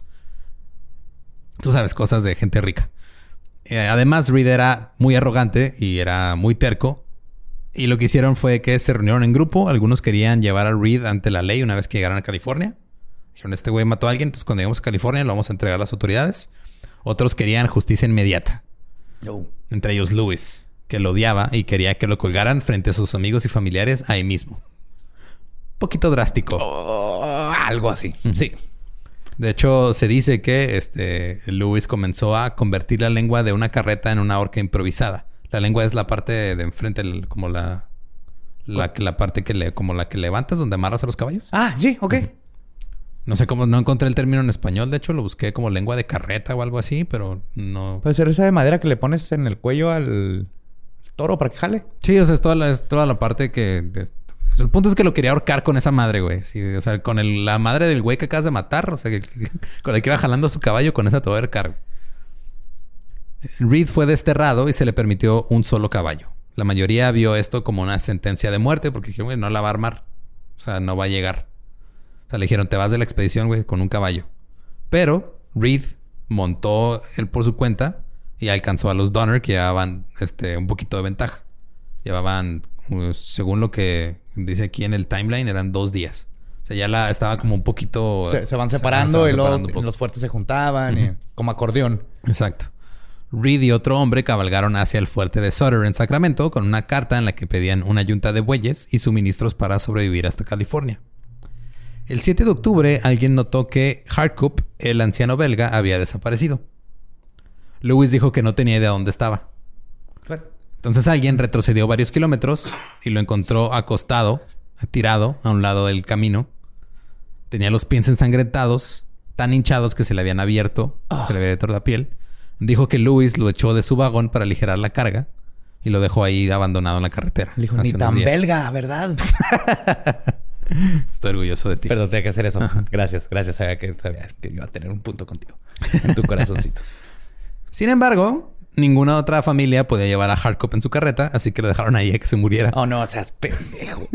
Tú sabes, cosas de gente rica. Eh, además, Reed era muy arrogante y era muy terco. Y lo que hicieron fue que se reunieron en grupo. Algunos querían llevar a Reed ante la ley una vez que llegaran a California. Dijeron, este güey mató a alguien, entonces cuando lleguemos a California lo vamos a entregar a las autoridades. Otros querían justicia inmediata. Oh. Entre ellos Lewis, que lo odiaba y quería que lo colgaran frente a sus amigos y familiares ahí mismo. Un poquito drástico. Oh, algo así, uh-huh. Sí. De hecho, se dice que este Lewis comenzó a convertir la lengua de una carreta en una horca improvisada. La lengua es la parte de enfrente, como la... La, la parte que le... Como la que levantas donde amarras a los caballos. Ah, sí, ok. Uh-huh. No sé cómo... No encontré el término en español. De hecho, lo busqué como lengua de carreta o algo así, pero no... Puede ser esa de madera que le pones en el cuello al toro para que jale. Sí, o sea, es toda la, es toda la parte que... De, el punto es que lo quería ahorcar con esa madre, güey. Sí, o sea, con el, la madre del güey que acabas de matar. O sea, que, con el que iba jalando su caballo, con esa te voy a ahorcar. Reed fue desterrado y se le permitió un solo caballo. La mayoría vio esto como una sentencia de muerte porque dijeron, güey, no la va a armar. O sea, no va a llegar. O sea, le dijeron, te vas de la expedición, güey, con un caballo. Pero Reed montó él por su cuenta y alcanzó a los Donner, que llevaban este, un poquito de ventaja. Llevaban, según lo que dice aquí en el timeline, eran dos días. O sea, ya la estaba como un poquito... Se, se van separando se, se van separando y luego los fuertes se juntaban. Uh-huh. Y, como acordeón. Exacto. Reed y otro hombre cabalgaron hacia el fuerte de Sutter en Sacramento con una carta en la que pedían una yunta de bueyes y suministros para sobrevivir hasta California. El siete de octubre, alguien notó que Harkup, el anciano belga, había desaparecido. Lewis dijo que no tenía idea de dónde estaba. ¿Qué? Entonces alguien retrocedió varios kilómetros y lo encontró acostado, tirado a un lado del camino. Tenía los pies ensangrentados, tan hinchados que se le habían abierto, oh. se le había abierto la piel. Dijo que Lewis lo echó de su vagón para aligerar la carga y lo dejó ahí abandonado en la carretera. Le dijo, ni tan días. Belga, ¿verdad? Estoy orgulloso de ti. Perdón, tenía que hacer eso. Ajá. Gracias, gracias. Sabía que, sabía que iba a tener un punto contigo en tu corazoncito. Sin embargo, ninguna otra familia podía llevar a Harkup en su carreta, así que lo dejaron ahí a que se muriera. Oh, no, seas pendejo.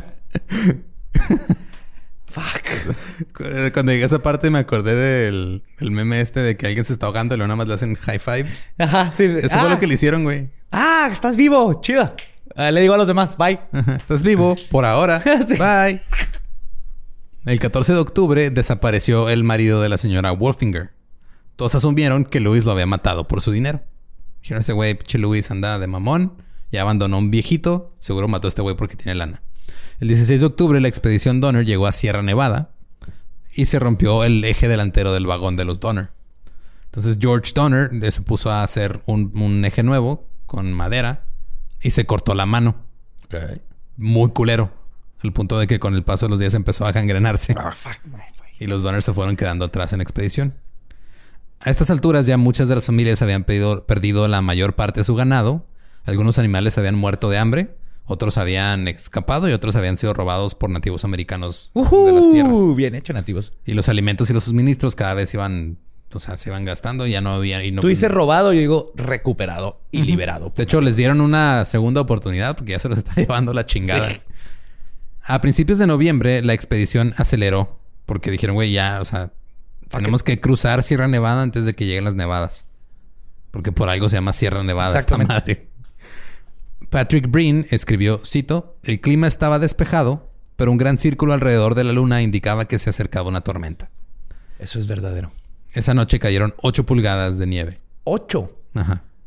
Fuck. Cuando llegué a esa parte me acordé del, del meme este de que alguien se está ahogando y luego nada más le hacen high five. Ajá. Sí. Eso ah. fue lo que le hicieron, güey. Ah, estás vivo. Chido. Uh, le digo a los demás, bye. Ajá, estás vivo por ahora. Sí. Bye. El catorce de octubre desapareció el marido de la señora Wolfinger. Todos asumieron que Lewis lo había matado por su dinero. Dijeron, ese güey, pinche Lewis anda de mamón. Ya abandonó a un viejito. Seguro mató a este güey porque tiene lana. El dieciséis de octubre la expedición Donner llegó a Sierra Nevada y se rompió el eje delantero del vagón de los Donner. Entonces George Donner se puso a hacer un, un eje nuevo con madera y se cortó la mano. Okay. Muy culero. Al punto de que con el paso de los días empezó a gangrenarse. Oh, fuck my y los Donner se fueron quedando atrás en la expedición. A estas alturas ya muchas de las familias habían pedido, perdido la mayor parte de su ganado. Algunos animales habían muerto de hambre. Otros habían escapado y otros habían sido robados por nativos americanos uh-huh, de las tierras. Bien hecho, nativos. Y los alimentos y los suministros cada vez iban... O sea, se iban gastando y ya no había... Y no, Tú dices robado, yo digo recuperado y uh-huh. liberado. De hecho, les dieron una segunda oportunidad porque ya se los está llevando la chingada. Sí. A principios de noviembre, la expedición aceleró porque dijeron, güey, ya, o sea, tenemos que cruzar Sierra Nevada antes de que lleguen las nevadas. Porque por algo se llama Sierra Nevada. Exactamente. Esta madre. Patrick Breen escribió, cito, el clima estaba despejado, pero un gran círculo alrededor de la luna indicaba que se acercaba una tormenta. Eso es verdadero. Esa noche cayeron ocho pulgadas de nieve. ¿Ocho? Ajá.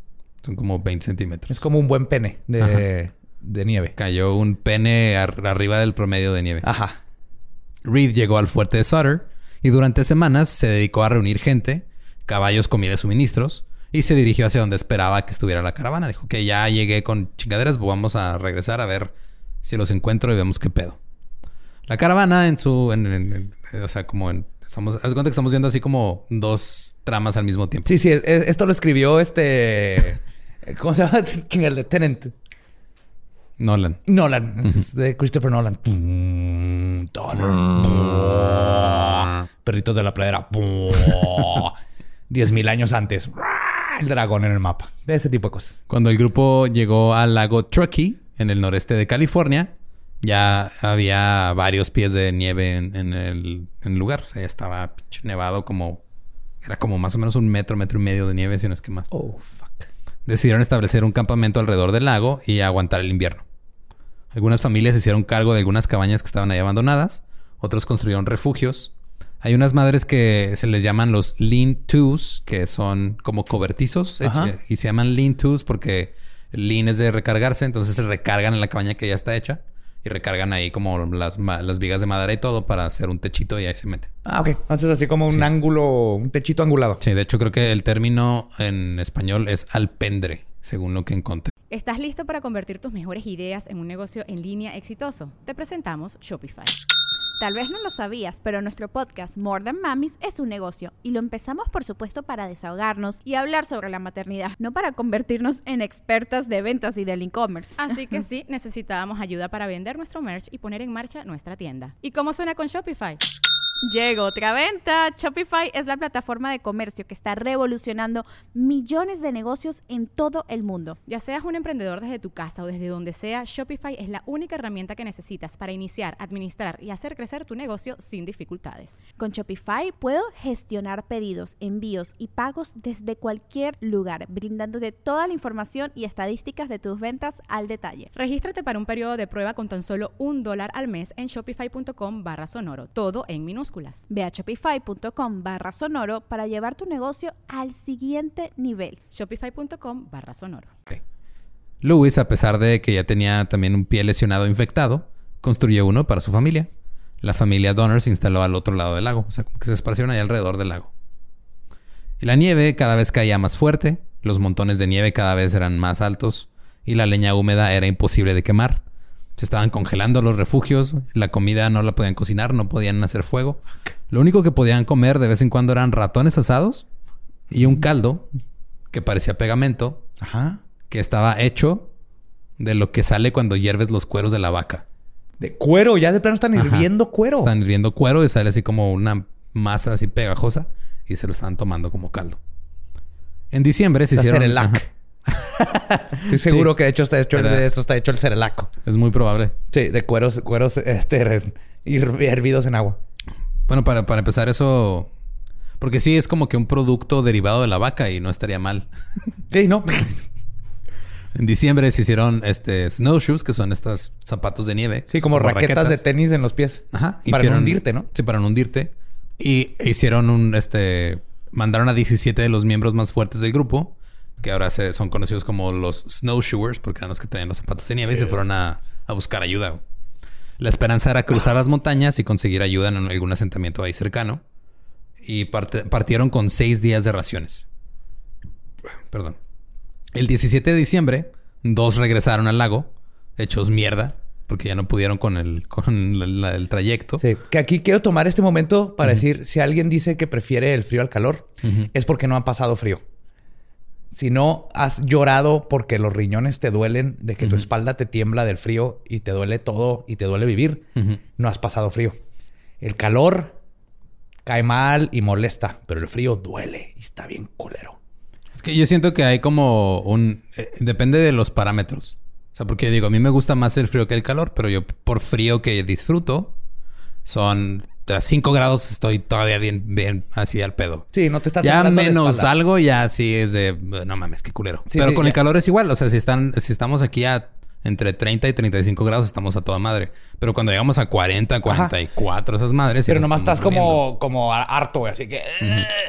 Son como veinte centímetros. Es como un buen pene de, de nieve. Cayó un pene ar- arriba del promedio de nieve. Ajá. Reed llegó al fuerte de Sutter y durante semanas se dedicó a reunir gente, caballos, comida y suministros, y se dirigió hacia donde esperaba que estuviera la caravana. Dijo que ya llegué con chingaderas, vamos a regresar a ver si los encuentro y vemos qué pedo. La caravana en su... En, en, en, o sea, como en... Estamos, haz cuenta que estamos viendo así como dos tramas al mismo tiempo. Sí, sí. Esto lo escribió este... ¿Cómo se llama? Chinga, el de Tenet. Nolan. Nolan. Es de Christopher Nolan. Nolan. Perritos de la pradera. Diez mil años antes. El dragón en el mapa. De ese tipo de cosas. Cuando el grupo llegó al lago Truckee, en el noreste de California, ya había varios pies de nieve en, en, el, en el lugar. O sea, ya estaba nevado como... Era como más o menos un metro, metro y medio de nieve, si no es que más. Oh, fuck. Decidieron establecer un campamento alrededor del lago y aguantar el invierno. Algunas familias se hicieron cargo de algunas cabañas que estaban ahí abandonadas. Otros construyeron refugios. Hay unas madres que se les llaman los lean-tos, que son como cobertizos. Ajá. Y se llaman lean-tos porque lean es de recargarse. Entonces se recargan en la cabaña que ya está hecha. Y recargan ahí como las, las vigas de madera y todo para hacer un techito y ahí se meten. Ah, ok. Haces así como un Sí. ángulo, un techito angulado. Sí, de hecho creo que el término en español es alpendre, según lo que encontré. ¿Estás listo para convertir tus mejores ideas en un negocio en línea exitoso? Te presentamos Shopify. Tal vez no lo sabías, pero nuestro podcast More Than Mamis es un negocio y lo empezamos por supuesto para desahogarnos y hablar sobre la maternidad, no para convertirnos en expertas de ventas y del e-commerce. Así que sí, necesitábamos ayuda para vender nuestro merch y poner en marcha nuestra tienda. ¿Y cómo suena con Shopify? Llegó otra venta. Shopify es la plataforma de comercio que está revolucionando millones de negocios en todo el mundo. Ya seas un emprendedor desde tu casa o desde donde sea, Shopify es la única herramienta que necesitas para iniciar, administrar y hacer crecer tu negocio sin dificultades. Con Shopify puedo gestionar pedidos, envíos y pagos desde cualquier lugar, brindándote toda la información y estadísticas de tus ventas al detalle. Regístrate para un periodo de prueba con tan solo un dólar al mes en shopify.com barra sonoro, todo en minúsculas. Ve a shopify.com barra sonoro para llevar tu negocio al siguiente nivel. Shopify.com barra sonoro. Lewis, a pesar de que ya tenía también un pie lesionado infectado, construyó uno para su familia. La familia Donner se instaló al otro lado del lago, o sea, como que se esparcieron ahí alrededor del lago. Y la nieve cada vez caía más fuerte, los montones de nieve cada vez eran más altos y la leña húmeda era imposible de quemar. Se estaban congelando los refugios, la comida no la podían cocinar, no podían hacer fuego. Lo único que podían comer de vez en cuando eran ratones asados y un caldo que parecía pegamento, Ajá. que estaba hecho de lo que sale cuando hierves los cueros de la vaca. De cuero. Ya de plano están Ajá. hirviendo cuero. Están hirviendo cuero y sale así como una masa así pegajosa y se lo están tomando como caldo. En diciembre se Está hicieron... Cerelac. Ajá. Estoy seguro Sí. que de hecho está hecho Era- de eso está hecho el cerelaco. Es muy probable. Sí, de cueros, cueros este, hir- hervidos en agua. Bueno, para, para empezar eso... Porque sí, es como que un producto derivado de la vaca y no estaría mal. Sí, ¿no? En diciembre se hicieron este snowshoes, que son estos zapatos de nieve. Sí, como, raquetas, de tenis en los pies. Ajá. Para hicieron- no hundirte, ¿no? Sí, para no hundirte. Y hicieron un, este... Mandaron a diecisiete de los miembros más fuertes del grupo, que ahora se, son conocidos como los snowshoers, porque eran los que traían los zapatos de nieve y se fueron a, a buscar ayuda. La esperanza era cruzar las montañas y conseguir ayuda en algún asentamiento ahí cercano. Y parte- partieron con seis días de raciones. Perdón. El diecisiete de diciembre, dos regresaron al lago, hechos mierda, porque ya no pudieron con el, con la- la- el trayecto. Sí. Que aquí quiero tomar este momento para Ujú. decir, si alguien dice que prefiere el frío al calor, Ujú. es porque no ha pasado frío. Si no has llorado porque los riñones te duelen, de que tu Ujú. espalda te tiembla del frío y te duele todo y te duele vivir, Ujú. no has pasado frío. El calor cae mal y molesta, pero el frío duele y está bien culero. Es que yo siento que hay como un... eh, depende de los parámetros. O sea, porque digo, a mí me gusta más el frío que el calor, pero yo por frío que disfruto son... A cinco grados estoy todavía bien, bien así al pedo. Sí, no te está Ya temblando la menos espalda. algo, ya así es de... No mames, qué culero. Sí, pero sí, con ya. el calor es igual. O sea, si están si estamos aquí a entre treinta y treinta y cinco grados, estamos a toda madre. Pero cuando llegamos a cuarenta, cuarenta y cuatro, esas madres... sí Pero nos nomás estamos estás como, muriendo. como harto, güey. Así que... eh,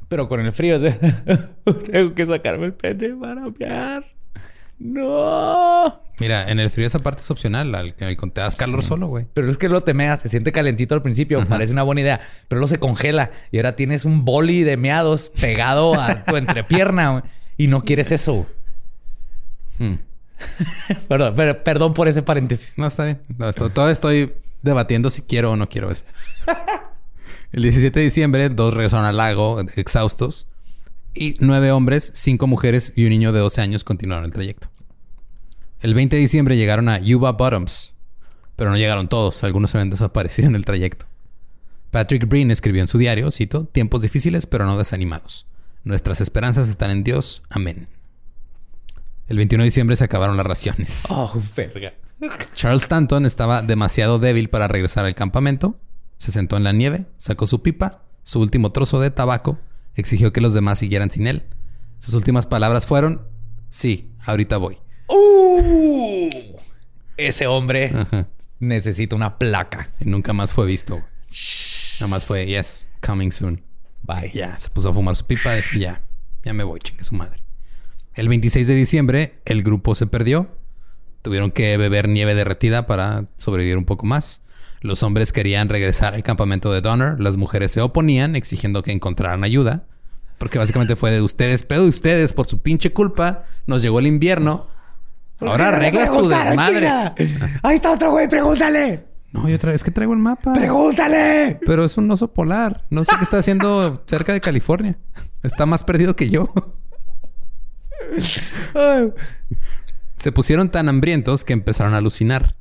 Pero con el frío, tengo que sacarme el pene para mear. ¡No! Mira, en el frío esa parte es opcional. Al que te das calor sí. solo, güey. Pero es que lo temeas. Se siente calentito al principio. Ajá. Parece una buena idea. Pero luego se congela. Y ahora tienes un boli de meados pegado a tu entrepierna, güey. Y no quieres eso. Hmm. perdón, per, perdón por ese paréntesis. No, está bien. No, esto, todavía estoy debatiendo si quiero o no quiero eso. El diecisiete de diciembre, dos regresaron al lago exhaustos. Y nueve hombres, cinco mujeres y un niño de doce años continuaron el trayecto. El veinte de diciembre llegaron a Yuba Bottoms. Pero no llegaron todos. Algunos se habían desaparecido en el trayecto. Patrick Breen escribió en su diario, cito, tiempos difíciles pero no desanimados. Nuestras esperanzas están en Dios. Amén. El veintiuno de diciembre se acabaron las raciones. Oh, verga. Charles Stanton estaba demasiado débil para regresar al campamento. Se sentó en la nieve, sacó su pipa, su último trozo de tabaco, exigió que los demás siguieran sin él. Sus últimas palabras fueron: sí, ahorita voy. ¡Uh! Ese hombre Ajá. necesita una placa. Y nunca más fue visto. Nada más fue, yes, coming soon. Bye. Y ya, se puso a fumar su pipa y ya, ya me voy, chingue su madre. El veintiséis de diciembre, el grupo se perdió. Tuvieron que beber nieve derretida para sobrevivir un poco más. Los hombres querían regresar al campamento de Donner. Las mujeres se oponían, exigiendo que encontraran ayuda. Porque básicamente fue de ustedes, pedo de ustedes, por su pinche culpa. Nos llegó el invierno. Ahora arreglas tu desmadre. Ah. Ahí está otro güey, pregúntale. No, yo otra vez que traigo el mapa. ¡Pregúntale! Pero es un oso polar. No sé qué está haciendo cerca de California. Está más perdido que yo. Se pusieron tan hambrientos que empezaron a alucinar.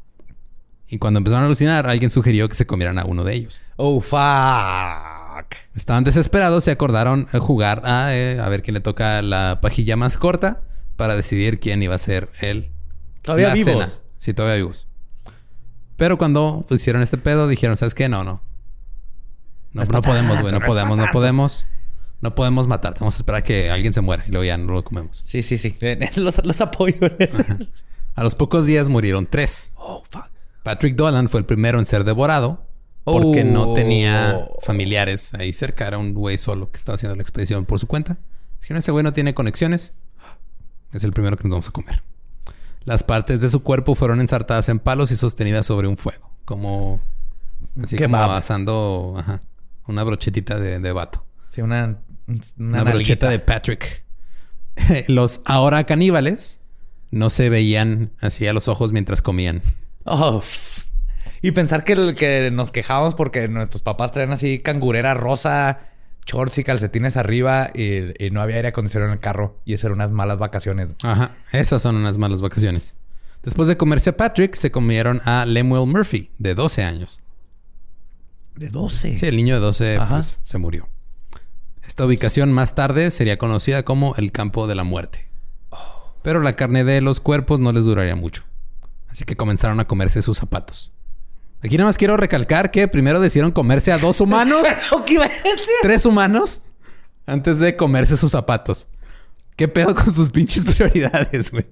Y cuando empezaron a alucinar, alguien sugirió que se comieran a uno de ellos. Oh, fuck. Estaban desesperados y acordaron jugar a, eh, a ver quién le toca la pajilla más corta para decidir quién iba a ser el... ¿Todavía vivos? Cena. Sí, todavía vivos. Pero cuando hicieron este pedo, dijeron, ¿sabes qué? No, no. No, no podemos, güey. No podemos, no podemos. No podemos matar. Vamos a esperar a que alguien se muera y luego ya no lo comemos. Sí, sí, sí. Los, los apoyo en eso. A los pocos días murieron tres. Oh, fuck. Patrick Dolan fue el primero en ser devorado porque oh. no tenía familiares ahí cerca. Era un güey solo que estaba haciendo la expedición por su cuenta. Si no, ese güey no tiene conexiones, es el primero que nos vamos a comer. Las partes de su cuerpo fueron ensartadas en palos y sostenidas sobre un fuego. Como... Así como asando... Ajá, una brochetita de, de vato. Sí, una... Una, una brocheta de Patrick. Los ahora caníbales no se veían así a los ojos mientras comían. Oh, y pensar que, que nos quejábamos porque nuestros papás traían así cangurera rosa, shorts y calcetines arriba y, y no había aire acondicionado en el carro. Y esas eran unas malas vacaciones. Ajá, esas son unas malas vacaciones. Después de comerse a Patrick, se comieron a Lemuel Murphy, de doce años. ¿De doce? Sí, el niño de doce pues, se murió. Esta ubicación más tarde sería conocida como el Campo de la Muerte. Oh. Pero la carne de los cuerpos no les duraría mucho. Así que comenzaron a comerse sus zapatos. Aquí nada más quiero recalcar que primero decidieron comerse a dos humanos. ¿Qué iba a decir? Tres humanos antes de comerse sus zapatos. ¿Qué pedo con sus pinches prioridades, güey?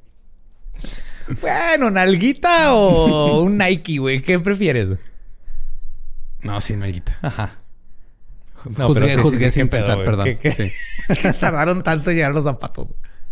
Bueno, ¿nalguita o un Nike, güey? ¿Qué prefieres? No, sí, nalguita. Ajá. No, juzgué sí, juzgué sí, sí, sin pedo, pensar, wey. perdón. ¿Qué, qué? Sí. Tardaron tanto en llegar los zapatos.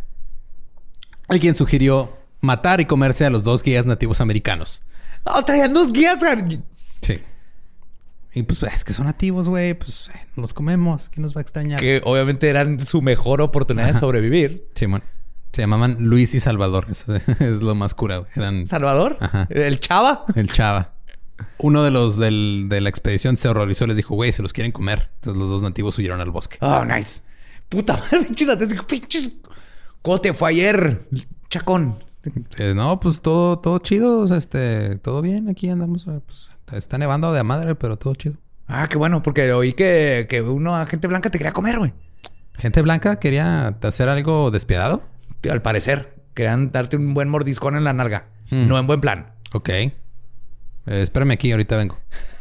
Alguien sugirió matar y comerse a los dos guías nativos americanos. Oh, traían dos guías. Sí. Y pues es que son nativos, güey. Pues eh, los comemos. ¿Quién nos va a extrañar? Que obviamente eran su mejor oportunidad Ajá. de sobrevivir. Sí, man. Se llamaban Luis y Salvador. Eso es lo más cura, güey. Eran... ¿Salvador? Ajá. ¿El Chava? El Chava. Uno de los del, de la expedición se horrorizó. Les dijo, güey, se los quieren comer. Entonces los dos nativos huyeron al bosque. Oh, nice. Puta madre, pinches. Pinches. ¿Cómo te fue ayer, chacón? Eh, no, pues todo, todo chido. O sea, este, todo bien. Aquí andamos. Pues, está nevando de a madre, pero todo chido. Ah, qué bueno. Porque oí que, que uno a gente blanca te quería comer, güey. ¿Gente blanca quería hacer algo despiadado? Al parecer. Querían darte un buen mordiscón en la nalga. Hmm. No en buen plan. Ok. Eh, espérame aquí. Ahorita vengo.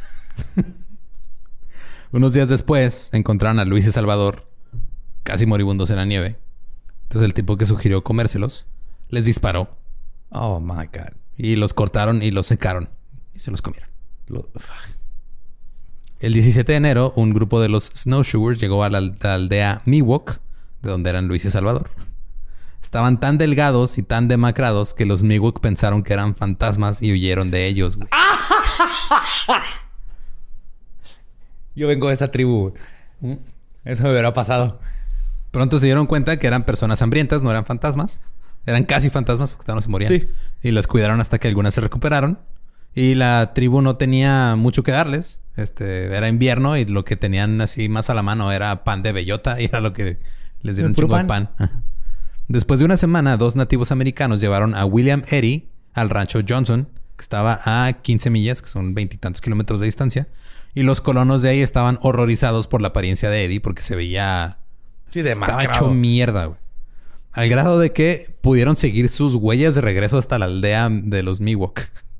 Unos días después, encontraron a Luis y Salvador casi moribundos en la nieve. Entonces el tipo que sugirió comérselos les disparó. Oh, my God. Y los cortaron y los secaron. Y se los comieron. Lo... El diecisiete de enero, un grupo de los Snowshoers llegó a la, la aldea Miwok, de donde eran Luis y Salvador. Estaban tan delgados y tan demacrados que los Miwok pensaron que eran fantasmas y huyeron de ellos, güey. Yo vengo de esa tribu, güey. Eso me hubiera pasado. Pronto se dieron cuenta que eran personas hambrientas, no eran fantasmas. Eran casi fantasmas porque no se morían. Sí. Y las cuidaron hasta que algunas se recuperaron. Y la tribu no tenía mucho que darles. Este, era invierno y lo que tenían así más a la mano era pan de bellota. Y era lo que les dieron un chingo de pan. Después de una semana, dos nativos americanos llevaron a William Eddy al rancho Johnson, que estaba a quince millas, que son veintitantos kilómetros de distancia. Y los colonos de ahí estaban horrorizados por la apariencia de Eddy porque se veía... Sí, estaba demacrado. hecho mierda, güey. Al grado de que pudieron seguir sus huellas de regreso hasta la aldea de los Miwok.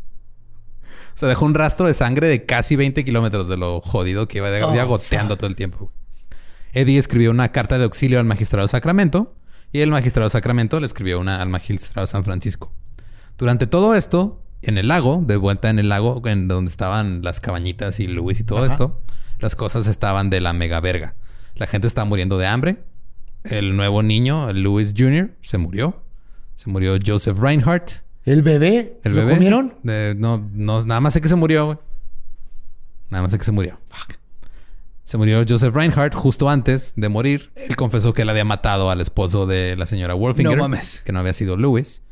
O sea, dejó un rastro de sangre de casi veinte kilómetros de lo jodido que iba de, Oh, iba goteando fuck. todo el tiempo. Eddie escribió una carta de auxilio al magistrado de Sacramento y el magistrado de Sacramento le escribió una al magistrado de San Francisco. Durante todo esto, en el lago, de vuelta en el lago, en donde estaban las cabañitas y Luis y todo Ajá. esto, las cosas estaban de la mega verga. La gente estaba muriendo de hambre. El nuevo niño, Louis junior, se murió. Se murió Joseph Reinhardt. ¿El bebé? ¿El ¿Lo bebé? comieron? De- no, no, nada más sé que se murió, güey. Nada más sé que se murió. Fuck. Se murió Joseph Reinhardt justo antes de morir. Él confesó que él había matado al esposo de la señora Wolfinger. No mames. Que no había sido Louis.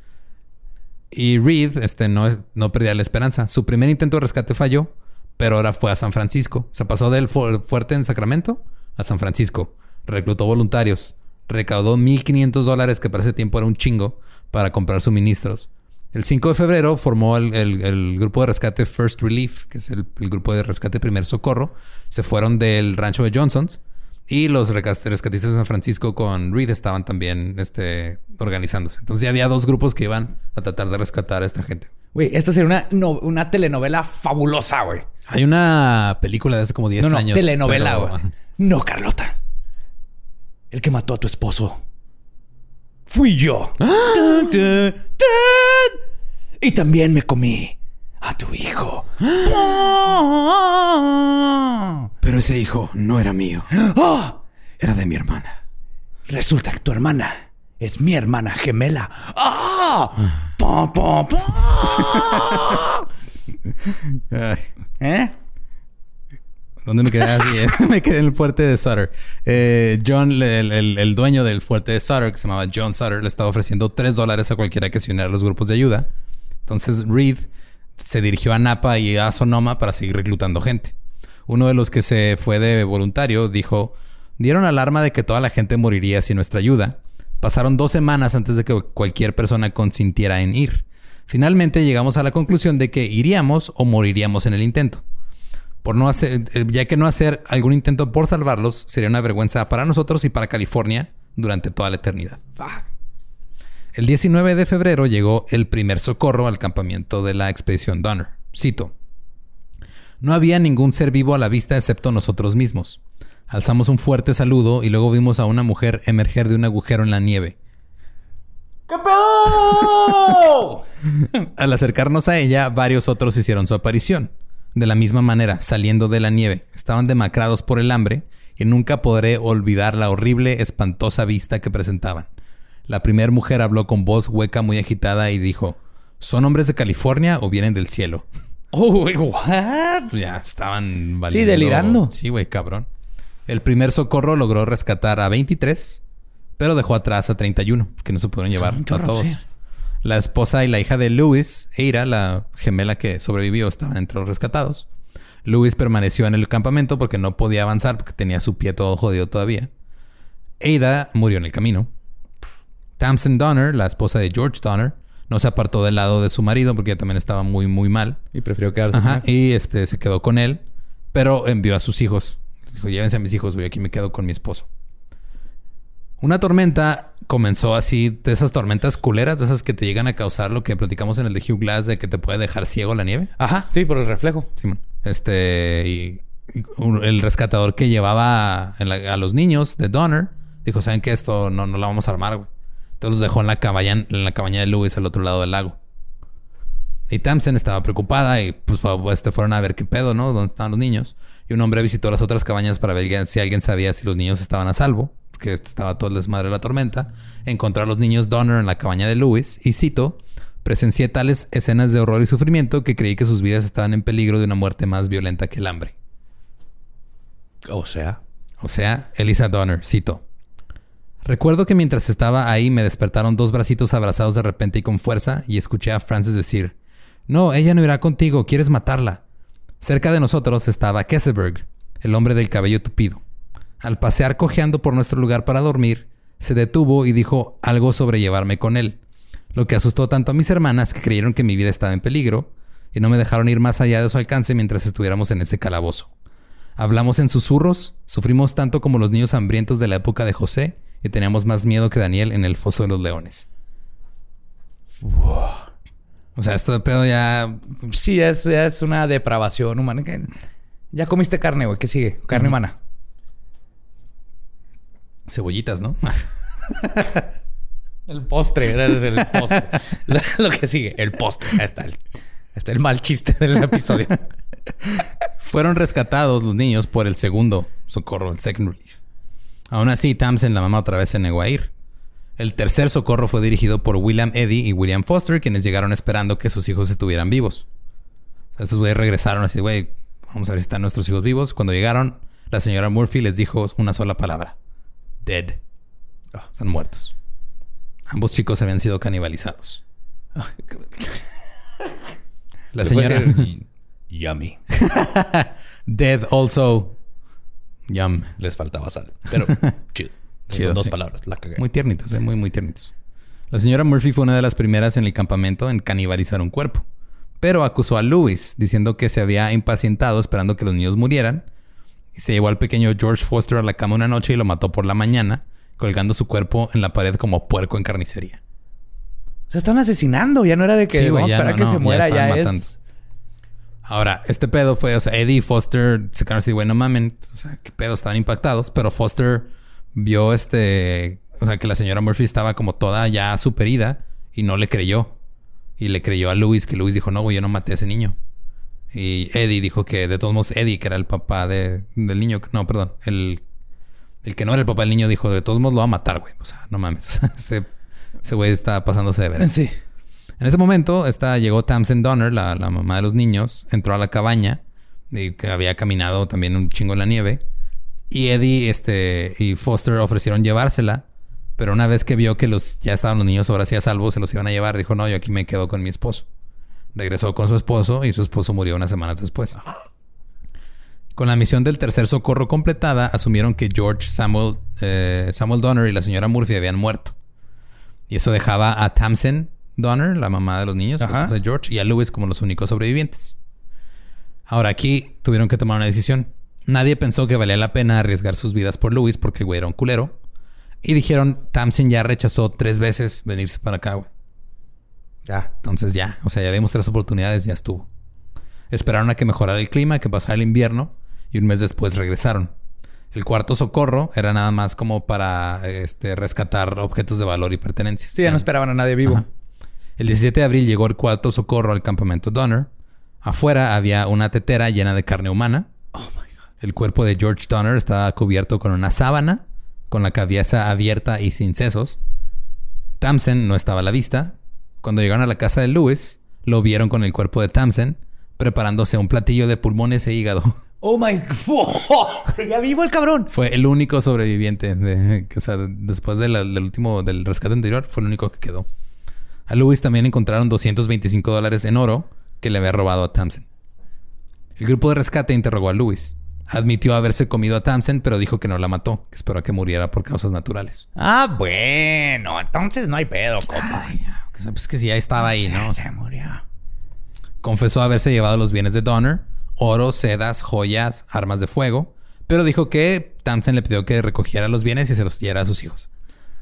Y Reed este, no, es- no perdía la esperanza. Su primer intento de rescate falló, pero ahora fue a San Francisco. Se pasó del fu- fuerte en Sacramento a San Francisco. Reclutó voluntarios. Recaudó mil quinientos dólares, que para ese tiempo era un chingo, para comprar suministros. El cinco de febrero formó el, el- el grupo de rescate First Relief, que es el, el grupo de rescate Primer Socorro. Se fueron del rancho de Johnson's y los rescat- rescatistas de San Francisco con Reed estaban también este, organizándose. Entonces ya había dos grupos que iban a tratar de rescatar a esta gente. Güey, esta sería una, no- una telenovela fabulosa, güey. Hay una película de hace como diez No, no, años. telenovela, pero- güey. No, Carlota. El que mató a tu esposo fui yo. Tun, tun, tun. Y también me comí a tu hijo. Pero ese hijo no era mío. ¡Ah! Era de mi hermana. Resulta que tu hermana es mi hermana gemela. ¡Ah! ¡Pa, pa, pa! Ay. ¿Eh? ¿Dónde me quedé? Así, eh, me quedé en el fuerte de Sutter. Eh, John, el, el- el dueño del fuerte de Sutter, que se llamaba John Sutter, le estaba ofreciendo tres dólares a cualquiera que se uniera a los grupos de ayuda. Entonces Reed se dirigió a Napa y a Sonoma para seguir reclutando gente. Uno de los que se fue de voluntario dijo: dieron alarma de que toda la gente moriría sin nuestra ayuda. Pasaron dos semanas antes de que cualquier persona consintiera en ir. Finalmente llegamos a la conclusión de que iríamos o moriríamos en el intento. Por no hacer, eh, ya que no hacer algún intento por salvarlos sería una vergüenza para nosotros y para California durante toda la eternidad. Fuck. El diecinueve de febrero llegó el primer socorro al campamento de la expedición Donner. Cito: no había ningún ser vivo a la vista excepto nosotros mismos. Alzamos un fuerte saludo y luego vimos a una mujer emerger de un agujero en la nieve. ¿Qué pedo? Al acercarnos a ella, varios otros hicieron su aparición. De la misma manera, saliendo de la nieve. Estaban demacrados por el hambre y nunca podré olvidar la horrible, espantosa vista que presentaban. La primera mujer habló con voz hueca muy agitada y dijo: ¿son hombres de California o vienen del cielo? Oh, güey, what? Ya estaban valiendo. Sí, delirando. Sí, güey, cabrón. El primer socorro logró rescatar a veintitrés, pero dejó atrás a treinta y uno, que no se pudieron llevar un a chorro, todos. sí. La esposa y la hija de Louis, Eira, la gemela que sobrevivió, estaban entre los rescatados. Louis permaneció en el campamento porque no podía avanzar porque tenía su pie todo jodido todavía. Ada murió en el camino. Tamsin Donner, la esposa de George Donner, no se apartó del lado de su marido porque ella también estaba muy, muy mal. Y prefirió quedarse. Ajá, y este se quedó con él, pero envió a sus hijos. Dijo: llévense a mis hijos, güey, aquí me quedo con mi esposo. Una tormenta comenzó así, de esas tormentas culeras, de esas que te llegan a causar lo que platicamos en el de Hugh Glass, de que te puede dejar ciego la nieve. Ajá, sí, por el reflejo. Simón. Este, y, y un- el rescatador que llevaba en la- a los niños de Donner dijo: ¿saben qué? Esto no, no la vamos a armar, güey. Entonces los dejó en la cabaña, en la cabaña de Louis al otro lado del lago. Y Tamsin estaba preocupada y pues fue- este, fueron a ver qué pedo, ¿no? ¿Dónde estaban los niños? y un hombre visitó las otras cabañas para ver si alguien sabía si los niños estaban a salvo, porque estaba todo el desmadre de la tormenta. Encontró a los niños Donner en la cabaña de Lewis y cito: presencié tales escenas de horror y sufrimiento que creí que sus vidas estaban en peligro de una muerte más violenta que el hambre. O sea... O sea, Eliza Donner, cito: recuerdo que mientras estaba ahí me despertaron dos bracitos abrazados de repente y con fuerza y escuché a Frances decir: no, ella no irá contigo, quieres matarla. Cerca de nosotros estaba Kesselberg, el hombre del cabello tupido. Al pasear cojeando por nuestro lugar para dormir, se detuvo y dijo algo sobre llevarme con él, lo que asustó tanto a mis hermanas que creyeron que mi vida estaba en peligro y no me dejaron ir más allá de su alcance mientras estuviéramos en ese calabozo. Hablamos en susurros, sufrimos tanto como los niños hambrientos de la época de José y teníamos más miedo que Daniel en el foso de los leones. Wow. O sea, esto de pedo ya... Sí, es, es una depravación humana. Ya comiste carne, güey. ¿Qué sigue? Carne uh-huh. humana. Cebollitas, ¿no? El postre. Es el postre. Lo que sigue. El postre. Ahí está el, está el mal chiste del episodio. Fueron rescatados los niños por el segundo socorro, el second relief. Aún así, Tamsen, la mamá, otra vez se negó a ir. El tercer socorro fue dirigido por William Eddy y William Foster, quienes llegaron esperando que sus hijos estuvieran vivos. O sea, estos güeyes regresaron así, güey, vamos a ver si están nuestros hijos vivos. Cuando llegaron, la señora Murphy les dijo una sola palabra: dead. Oh, están muertos. Ambos chicos habían sido canibalizados. Oh, la señora... Yummy. Dead also. Yum. Les faltaba sal. Pero chido. Chido, son dos sí. palabras. La cagué. Muy tiernitos, eh, muy, muy tiernitos. La señora Murphy fue una de las primeras en el campamento en canibalizar un cuerpo. Pero acusó a Lewis, diciendo que se había impacientado esperando que los niños murieran. Y se llevó al pequeño George Foster a la cama una noche y lo mató por la mañana, colgando su cuerpo en la pared como puerco en carnicería. Se están asesinando. Ya no era de que sí, vamos a esperar no, que no, se muera. Ya, ya matando. es... Ahora, este pedo fue... O sea, Eddie y Foster se quedaron así, güey, no mamen. O sea, qué pedo, estaban impactados. Pero Foster vio este... O sea, que la señora Murphy estaba como toda ya super herida y no le creyó. Y le creyó a Lewis, que Lewis dijo: no, güey, yo no maté a ese niño. Y Eddie dijo que de todos modos Eddie, que era el papá de, del niño... No, perdón. El, el que no era el papá del niño dijo: de todos modos lo va a matar, güey. O sea, no mames. O sea, ese, ese güey está pasándose de ver. Sí. En ese momento esta, llegó Tamsen Donner, la, la mamá de los niños. Entró a la cabaña. Y que había caminado también un chingo en la nieve. Y Eddie este, y Foster ofrecieron llevársela. Pero una vez que vio que los ya estaban los niños ahora sí a salvo, se los iban a llevar. Dijo: no, yo aquí me quedo con mi esposo. Regresó con su esposo y su esposo murió unas semanas después. Con la misión del tercer socorro completada, asumieron que George Samuel, eh, Samuel Donner y la señora Murphy habían muerto. Y eso dejaba a Tamsen Donner, la mamá de los niños, la esposa de George, y a Lewis como los únicos sobrevivientes. Ahora aquí tuvieron que tomar una decisión. Nadie pensó que valía la pena arriesgar sus vidas por Lewis porque el güey era un culero. Y dijeron: Tamsen ya rechazó tres veces venirse para acá, güey. Ya. Entonces ya, o sea, ya vimos tres oportunidades, ya estuvo. Esperaron a que mejorara el clima, que pasara el invierno, y un mes después regresaron. El cuarto socorro era nada más como para este, rescatar objetos de valor y pertenencias. Sí, ya no esperaban a nadie vivo. Ajá. El diecisiete de abril llegó el cuarto socorro al campamento Donner. Afuera había una tetera llena de carne humana. Oh my God. El cuerpo de George Donner estaba cubierto con una sábana, con la cabeza abierta y sin sesos. Tamsen no estaba a la vista. Cuando llegaron a la casa de Lewis, lo vieron con el cuerpo de Tamsen, preparándose un platillo de pulmones e hígado. ¡Oh, my God! ¡Seguía vivo el cabrón! Fue el único sobreviviente. De, o sea, después de la, del último... Del rescate anterior, fue el único que quedó. A Lewis también encontraron doscientos veinticinco dólares en oro que le había robado a Tamsen. El grupo de rescate interrogó a Lewis. Admitió haberse comido a Tamsen, pero dijo que no la mató, que esperó a que muriera por causas naturales. Ah, bueno. Entonces no hay pedo, compa. Ay, ya. O sea, pues que si ya estaba ahí, ¿no? Se murió. Confesó haberse llevado los bienes de Donner: oro, sedas, joyas, armas de fuego. Pero dijo que Tamsen le pidió que recogiera los bienes y se los diera a sus hijos.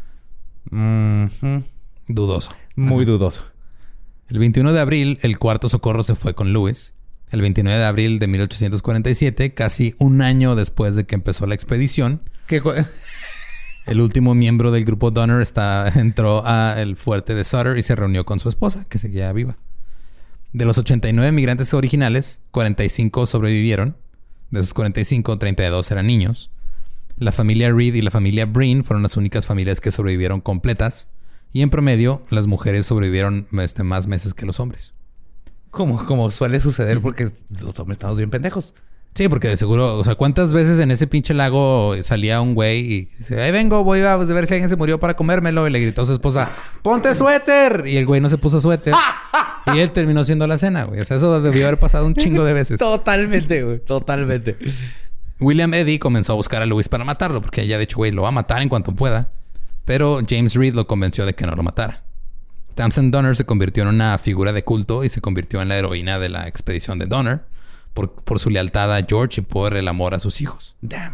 Mm-hmm. Dudoso. Muy Ajá. dudoso. El veintiuno de abril, el cuarto socorro se fue con Lewis. El veintinueve de abril de mil ochocientos cuarenta y siete, casi un año después de que empezó la expedición, ¿Qué? el último miembro del grupo Donner está, entró al fuerte de Sutter y se reunió con su esposa, que seguía viva. De los ochenta y nueve migrantes originales, cuarenta y cinco sobrevivieron. De esos cuarenta y cinco, treinta y dos eran niños. La familia Reed y la familia Breen fueron las únicas familias que sobrevivieron completas. Y en promedio, las mujeres sobrevivieron este, más meses que los hombres. Como, como suele suceder porque los hombres estamos bien pendejos. Sí, porque de seguro... O sea, ¿cuántas veces en ese pinche lago salía un güey y dice... Ahí vengo, voy a ver si alguien se murió para comérmelo. Y le gritó a su esposa... ¡Ponte suéter! Y el güey no se puso suéter. Y él terminó siendo la cena, güey. O sea, eso debió haber pasado un chingo de veces. Totalmente, güey. Totalmente. William Eddy comenzó a buscar a Lewis para matarlo. Porque ella, de hecho, güey, lo va a matar en cuanto pueda. Pero James Reed lo convenció de que no lo matara. Tamsen Donner se convirtió en una figura de culto y se convirtió en la heroína de la expedición de Donner por, por su lealtad a George y por el amor a sus hijos. Damn.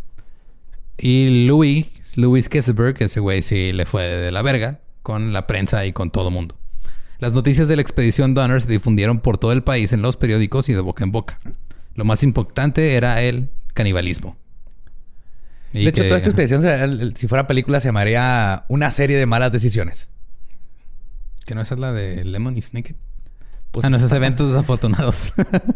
Y Louis, Louis Keseberg, ese güey sí le fue de la verga con la prensa y con todo mundo. Las noticias de la expedición Donner se difundieron por todo el país en los periódicos y de boca en boca. Lo más importante era el canibalismo. Y de hecho, que, toda esta expedición, si fuera película, se llamaría Una serie de malas decisiones. ¿Que no esa es la de Lemon y Snicket? Pues, ah, no, esos eventos desafortunados.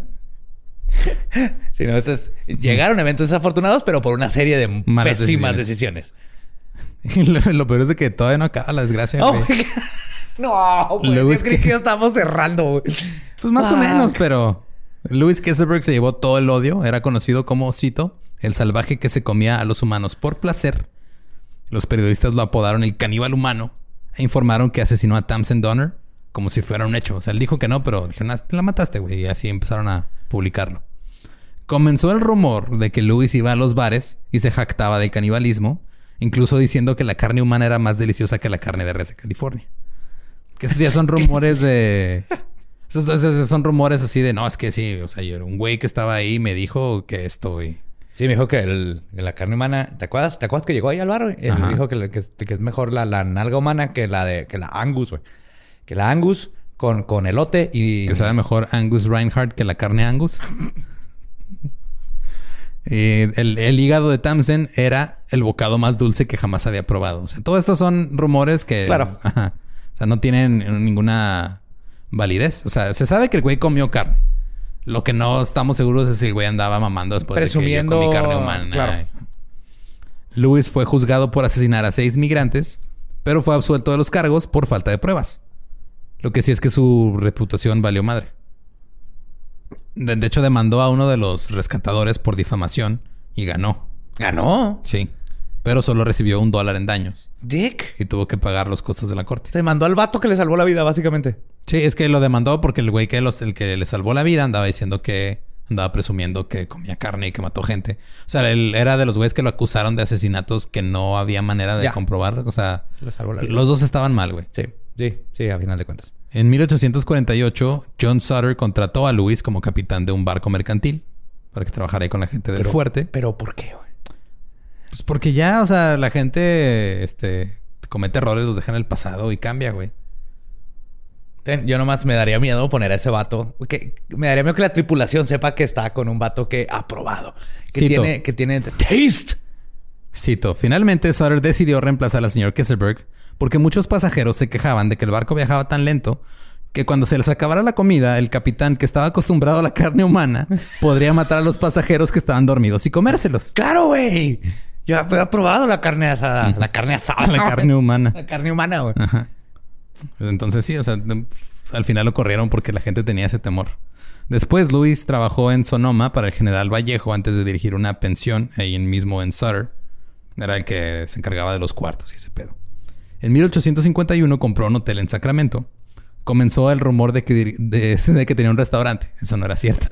sí, no, estos, llegaron eventos desafortunados, pero por una serie de malas pésimas decisiones. decisiones. Y lo, lo peor es de que todavía no acaba la desgracia. Oh, no, güey. Yo creí que... que ya estábamos cerrando, güey. Pues más Fuck. o menos, pero... Louis Keseberg se llevó todo el odio. Era conocido como, cito, el salvaje que se comía a los humanos por placer. Los periodistas lo apodaron el caníbal humano e informaron que asesinó a Tamsen Donner como si fuera un hecho. O sea, él dijo que no, pero dijeron, la mataste, güey. Y así empezaron a publicarlo. Comenzó el rumor de que Louis iba a los bares y se jactaba del canibalismo, incluso diciendo que la carne humana era más deliciosa que la carne de res de California. Que esos ya son rumores de... Esos, esos son rumores así de, no, es que sí, o sea, un güey que estaba ahí me dijo que esto y... Sí, me dijo que, el, que la carne humana... ¿Te acuerdas? ¿Te acuerdas que llegó ahí al bar? Él me dijo que, que, que es mejor la, la nalga humana que la de que la Angus, güey. Que la Angus con, con elote y... Que sabe mejor Angus Reinhardt que la carne Angus. Y el, el hígado de Tamsen era el bocado más dulce que jamás había probado. O sea, todos estos son rumores que... Claro. Ajá, o sea, no tienen ninguna validez. O sea, se sabe que el güey comió carne. Lo que no estamos seguros es si el güey andaba mamando después Presumiendo... de que yo comí carne humana. Claro. Lewis fue juzgado por asesinar a seis migrantes, pero fue absuelto de los cargos por falta de pruebas. Lo que sí es que su reputación valió madre. De, de hecho, demandó a uno de los rescatadores por difamación y ganó. ¿Ganó? Sí. Pero solo recibió un dólar en daños. Dick. Y tuvo que pagar los costos de la corte. Demandó al vato que le salvó la vida, básicamente. Sí, es que lo demandó porque el güey que, los, el que le salvó la vida andaba diciendo que... Andaba presumiendo que comía carne y que mató gente. O sea, él era de los güeyes que lo acusaron de asesinatos que no había manera de ya. comprobar. O sea, le salvó la vida. Los dos estaban mal, güey. Sí, sí, sí, a final de cuentas. En mil ochocientos cuarenta y ocho, John Sutter contrató a Lewis como capitán de un barco mercantil para que trabajara ahí con la gente del pero, fuerte. ¿Pero por qué, güey? Pues porque ya, o sea, la gente este, comete errores, los deja en el pasado y cambia, güey. Yo nomás me daría miedo poner a ese vato. Que me daría miedo que la tripulación sepa que está con un vato que ha probado. Que Cito. tiene, que tiene taste. Cito. Finalmente, Sutter decidió reemplazar al señor Keseberg porque muchos pasajeros se quejaban de que el barco viajaba tan lento que cuando se les acabara la comida, el capitán, que estaba acostumbrado a la carne humana, podría matar a los pasajeros que estaban dormidos y comérselos. ¡Claro, güey! Yo he probado la carne asada. La carne asada. La carne humana. La carne humana, güey. Ajá. Entonces sí, o sea, de, al final lo corrieron porque la gente tenía ese temor. Después, Lewis trabajó en Sonoma para el general Vallejo antes de dirigir una pensión ahí mismo en Sutter. Era el que se encargaba de los cuartos y ese pedo. En mil ochocientos cincuenta y uno compró un hotel en Sacramento. Comenzó el rumor de que, de, de que tenía un restaurante. Eso no era cierto.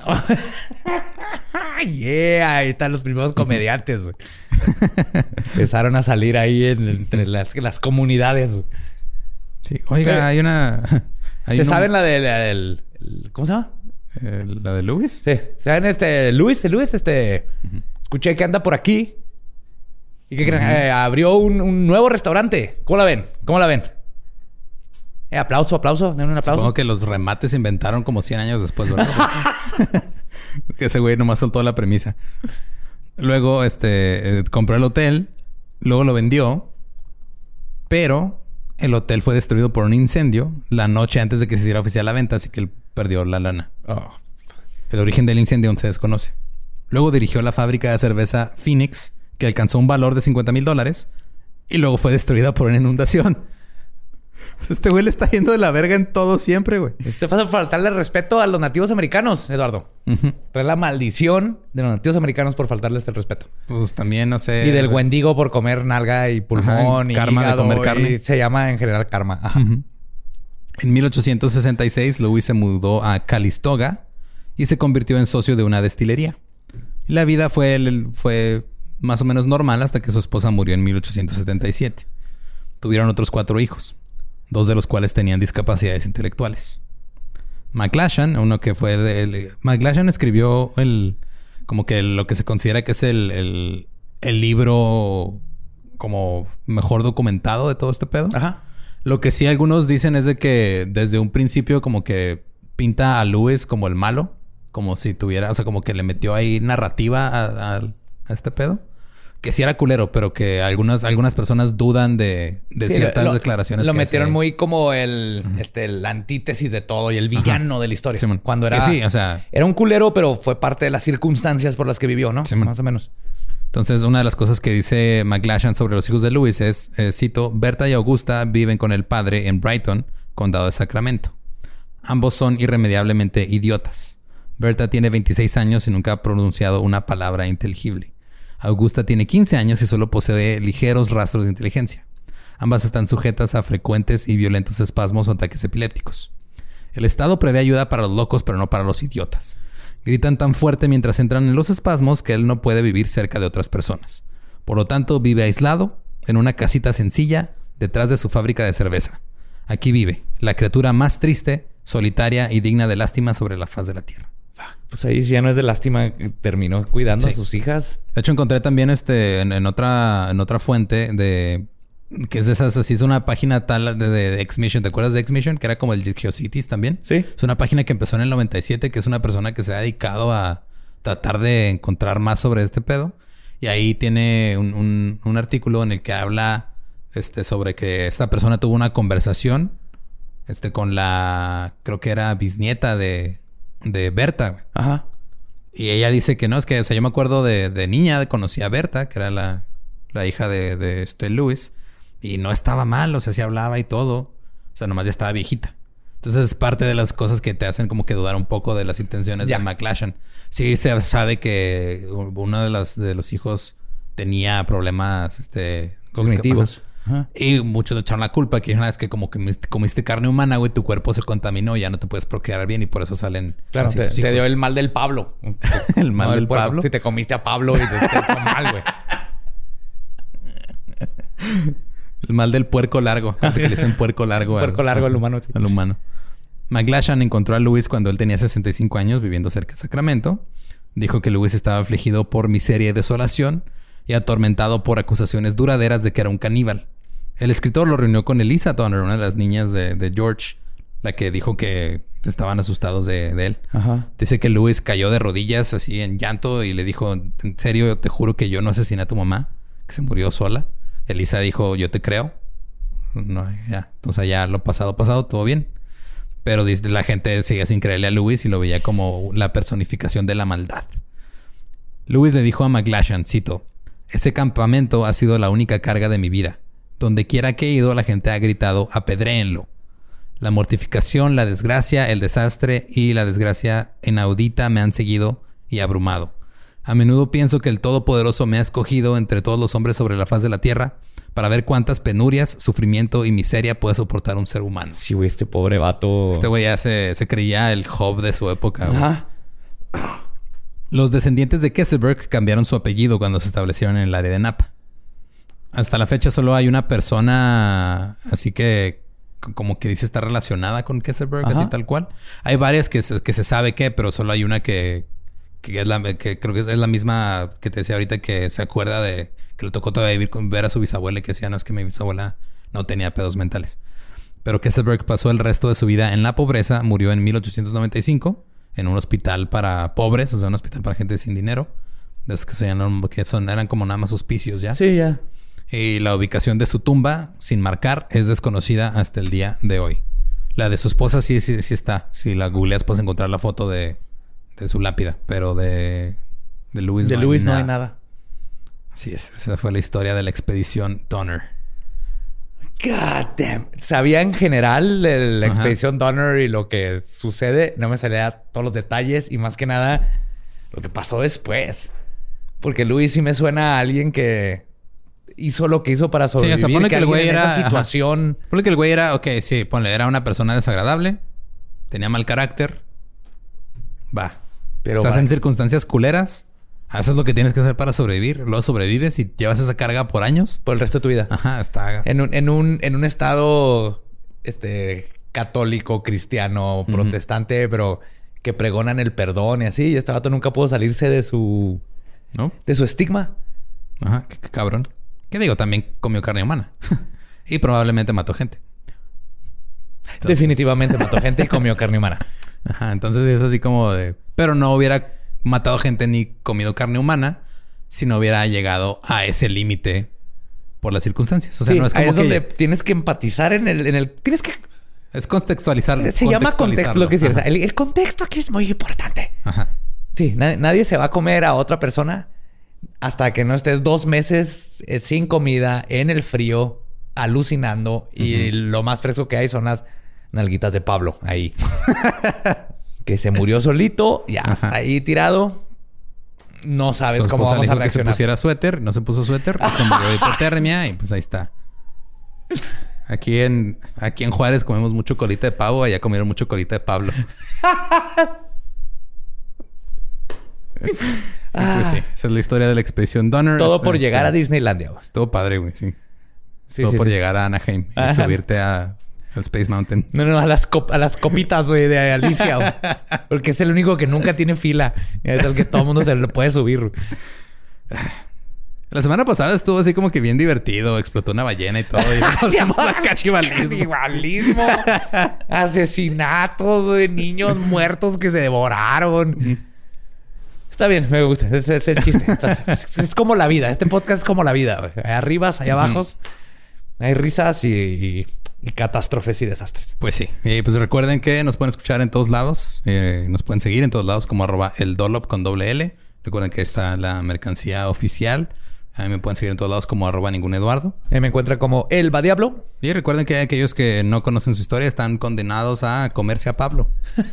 Yeah, ahí están los primeros comediantes, güey. Empezaron a salir ahí en, entre las, las comunidades. Sí, oiga, sí. hay una... Hay ¿Se un... saben la de la del... ¿Cómo se llama? Eh, ¿La de Lewis? Sí. ¿Saben este... Lewis, Lewis, este... Uh-huh. Escuché que anda por aquí. Y que uh-huh. eh, abrió un, un nuevo restaurante. ¿Cómo la ven? ¿Cómo la ven? Eh, aplauso, aplauso. Den un aplauso. Supongo que los remates se inventaron como cien años después, ¿verdad? Que ese güey nomás soltó la premisa. Luego, este... Eh, compró el hotel. Luego lo vendió. Pero... el hotel fue destruido por un incendio la noche antes de que se hiciera oficial la venta, así que él perdió la lana. Oh. El origen del incendio aún se desconoce. Luego dirigió la fábrica de cerveza Phoenix, que alcanzó un valor de cincuenta mil dólares. Y luego fue destruida por una inundación. Este güey le está yendo de la verga en todo siempre, güey. Este pasa faltarle respeto a los nativos americanos, Eduardo. Uh-huh. Trae la maldición de los nativos americanos por faltarles el respeto. Pues también, no sé... Y del Wendigo por comer nalga y pulmón. Ajá, y karma hígado, de comer carne. Y se llama en general karma. Ajá. Uh-huh. En mil ochocientos sesenta y seis, Louis se mudó a Calistoga y se convirtió en socio de una destilería. La vida fue, fue más o menos normal hasta que su esposa murió en mil ochocientos setenta y siete. Tuvieron otros cuatro hijos, dos de los cuales tenían discapacidades intelectuales. McGlashan, uno que fue... El, el, McGlashan escribió el... Como que lo que se considera que es el, el, el libro como mejor documentado de todo este pedo. Ajá. Lo que sí algunos dicen es de que desde un principio como que pinta a Louis como el malo. Como si tuviera... O sea, como que le metió ahí narrativa a, a, a este pedo. Que sí era culero, pero que algunas, algunas personas dudan de, de sí, ciertas lo, declaraciones. Lo que metieron hace. Muy como el, uh-huh. este, la antítesis de todo y el villano Ajá. de la historia. Sí, cuando era... Que sí, o sea... Era un culero, pero fue parte de las circunstancias por las que vivió, ¿no? Sí, más o menos. Entonces, una de las cosas que dice McGlashan sobre los hijos de Louis es, eh, cito, Berta y Augusta viven con el padre en Brighton, condado de Sacramento. Ambos son irremediablemente idiotas. Berta tiene veintiséis años y nunca ha pronunciado una palabra inteligible. Augusta tiene quince años y solo posee ligeros rastros de inteligencia. Ambas están sujetas a frecuentes y violentos espasmos o ataques epilépticos. El Estado prevé ayuda para los locos, pero no para los idiotas. Gritan tan fuerte mientras entran en los espasmos que él no puede vivir cerca de otras personas. Por lo tanto, vive aislado, en una casita sencilla, detrás de su fábrica de cerveza. Aquí vive, la criatura más triste, solitaria y digna de lástima sobre la faz de la tierra. Pues ahí sí ya no es de lástima. Terminó cuidando sí. a sus hijas. De hecho, encontré también este en, en otra en otra fuente de... Que es de esas... Así es una página tal de, de, de X-Mission. ¿Te acuerdas de X-Mission? Que era como el GeoCities también. Sí. Es una página que empezó en el noventa y siete. Que es una persona que se ha dedicado a tratar de encontrar más sobre este pedo. Y ahí tiene un, un, un artículo en el que habla este, sobre que esta persona tuvo una conversación este, con la... Creo que era bisnieta de... de Berta. Ajá. Y ella dice que no, es que, o sea, yo me acuerdo de, de niña, conocí a Berta, que era la, la hija de, de este Louis, y no estaba mal, o sea, sí hablaba y todo. O sea, nomás ya estaba viejita. Entonces es parte de las cosas que te hacen como que dudar un poco de las intenciones ya. de McGlashan. Sí se sabe que uno de los, de los hijos tenía problemas este, cognitivos. Ajá. Y muchos le echaron la culpa que una vez que como que comiste, comiste carne humana, güey, tu cuerpo se contaminó y ya no te puedes procrear bien y por eso salen claro, así te, tus hijos. Te dio el mal del Pablo. El mal no, del Pablo. Si te comiste a Pablo y te, te hizo mal, güey. El mal del puerco largo. Que le dicen puerco largo. Puerco al, largo al humano. Sí. Al humano. McGlashan encontró a Louis cuando él tenía sesenta y cinco años viviendo cerca de Sacramento. Dijo que Louis estaba afligido por miseria y desolación y atormentado por acusaciones duraderas de que era un caníbal. El escritor lo reunió con Eliza Donner, una de las niñas de, de George, la que dijo que estaban asustados de, de él. Ajá. Dice que Louis cayó de rodillas así en llanto y le dijo, en serio, te juro que yo no asesiné a tu mamá, que se murió sola. Eliza dijo, yo te creo. No, ya. Entonces ya lo pasado, pasado, todo bien. Pero dice, la gente seguía sin creerle a Louis y lo veía como la personificación de la maldad. Louis le dijo a McGlashan, cito, ese campamento ha sido la única carga de mi vida. Donde quiera que he ido, la gente ha gritado, apedréenlo. La mortificación, la desgracia, el desastre y la desgracia inaudita me han seguido y abrumado. A menudo pienso que el Todopoderoso me ha escogido entre todos los hombres sobre la faz de la tierra para ver cuántas penurias, sufrimiento y miseria puede soportar un ser humano. Sí, güey, este pobre vato... Este güey ya se, se creía el Job de su época. Ajá. Los descendientes de Kesselberg cambiaron su apellido cuando se establecieron en el área de Napa. Hasta la fecha solo hay una persona así que como que dice está relacionada con Kesselberg, así tal cual. Hay varias que se, que se sabe que, pero solo hay una que, que es la que creo que es la misma que te decía ahorita, que se acuerda de que le tocó todavía vivir con, ver a su bisabuela y que decía, no, es que mi bisabuela no tenía pedos mentales. Pero Kesselberg pasó el resto de su vida en la pobreza, murió en mil ochocientos noventa y cinco en un hospital para pobres, o sea, un hospital para gente sin dinero. De esos que se llaman, que son, eran como nada más hospicios ya. Sí, ya. Y la ubicación de su tumba, sin marcar, es desconocida hasta el día de hoy. La de su esposa sí, sí, sí está. Si la googleas puedes encontrar la foto de, de su lápida. Pero de, De Lewis, de no, Lewis hay no nada. hay nada. Así es. Esa fue la historia de la expedición Donner. God damn. Sabía en general de la Ajá. expedición Donner y lo que sucede. No me salía todos los detalles y más que nada lo que pasó después. Porque Lewis sí me suena a alguien que hizo lo que hizo para sobrevivir. Sí, o sea, ponle que, que el güey alguien en era... esa situación... Ajá. Ponle que el güey era... Ok, sí, ponle. Era una persona desagradable. Tenía mal carácter. Va. Pero Estás va. en circunstancias culeras. Haces lo que tienes que hacer para sobrevivir. Luego sobrevives y llevas esa carga por años. Por el resto de tu vida. Ajá, está... En un, en un, en un estado este, católico, cristiano, Ujú. protestante, pero que pregonan el perdón y así. Y este vato nunca pudo salirse de su... ¿No? de su estigma. Ajá, qué, qué cabrón. ¿Qué digo? También comió carne humana. Y probablemente mató gente. Entonces... Definitivamente mató gente y comió carne humana. Ajá, entonces es así como de... Pero no hubiera matado gente ni comido carne humana si no hubiera llegado a ese límite por las circunstancias. O sea, sí, no es ahí como es que... donde tienes que empatizar en el... En el tienes que... Es contextualizarlo. Se llama contexto lo que sí. O sea, Ajá. el, el contexto aquí es muy importante. Ajá. Sí, nadie, nadie se va a comer a otra persona hasta que no estés dos meses eh, sin comida, en el frío, alucinando. Y Ujú. lo más fresco que hay son las nalguitas de Pablo ahí. Que se murió solito, ya, Ajá. ahí tirado. No sabes Su cómo esposa vamos le a dijo que se reaccionar. pusiera suéter. No se puso suéter. Se murió de hipotermia y pues ahí está. Aquí en, aquí en Juárez comemos mucho colita de pavo. Allá comieron mucho colita de Pablo. Y pues sí, esa es la historia de la expedición Donner. Todo Es- por es- llegar a Disneylandia. güey. Estuvo padre, güey, sí. Sí, Todo sí, por sí. llegar a Anaheim y Ajá. subirte a, al Space Mountain. No, no, a las, cop- a las copitas, güey, de Alicia. güey. Porque es el único que nunca tiene fila. Es el que todo el mundo se lo puede subir. güey. La semana pasada estuvo así como que bien divertido. Explotó una ballena y todo. Y nos fuimos a canibalismo. Canibalismo. Asesinatos, güey. Niños muertos que se devoraron. Está bien, me gusta. Ese es el chiste. Es, es como la vida. Este podcast es como la vida. güey. Hay arribas, hay abajos. Hay risas y, y, y catástrofes y desastres. Pues sí. Y pues recuerden que nos pueden escuchar en todos lados. Eh, nos pueden seguir en todos lados como arroba el Dollop con doble L. Recuerden que está la mercancía oficial. A mí me pueden seguir en todos lados como arroba ningún Eduardo. Ahí me encuentra como el va diablo. Y recuerden que aquellos que no conocen su historia están condenados a comerse a Pablo.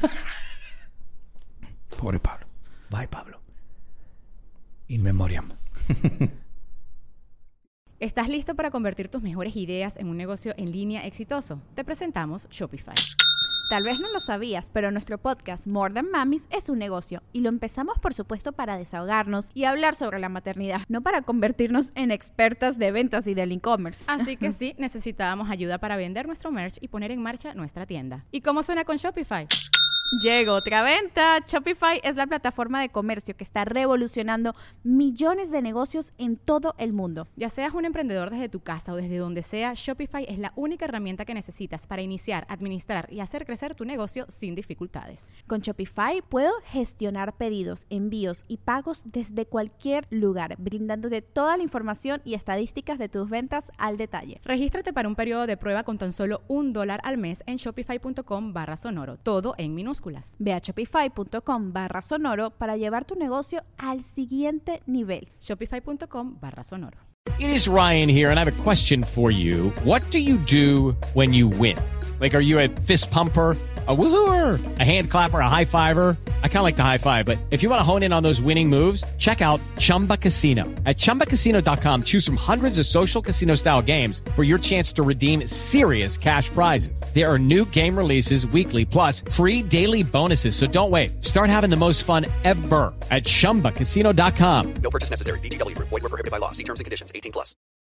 Pobre Pablo. Bye, Pablo. In memoriam. ¿Estás listo para convertir tus mejores ideas en un negocio en línea exitoso? Te presentamos Shopify. Tal vez no lo sabías, pero nuestro podcast More Than Mamis es un negocio y lo empezamos por supuesto para desahogarnos y hablar sobre la maternidad, no para convertirnos en expertas de ventas y del e-commerce. Así que sí, necesitábamos ayuda para vender nuestro merch y poner en marcha nuestra tienda. ¿Y cómo suena con Shopify? Llegó otra venta. Shopify es la plataforma de comercio que está revolucionando millones de negocios en todo el mundo. Ya seas un emprendedor desde tu casa o desde donde sea, Shopify es la única herramienta que necesitas para iniciar, administrar y hacer crecer tu negocio sin dificultades. Con Shopify puedo gestionar pedidos, envíos y pagos desde cualquier lugar, brindándote toda la información y estadísticas de tus ventas al detalle. Regístrate para un periodo de prueba con tan solo un dólar al mes en shopify.com barra sonoro, todo en minúsculas. Ve a shopify.com barra sonoro para llevar tu negocio al siguiente nivel. Shopify.com barra sonoro. It is Ryan here, and I have a question for you. What do you do when you win? Like, are you a fist pumper, a woohooer, a hand clapper, a high fiver? I kind of like the high five, but if you want to hone in on those winning moves, check out Chumba Casino. At chumba casino dot com, choose from hundreds of social casino style games for your chance to redeem serious cash prizes. There are new game releases weekly, plus free daily bonuses. So don't wait. Start having the most fun ever at chumba casino dot com. No purchase necessary. V G W. Void where prohibited by law. See terms and conditions. eighteen plus.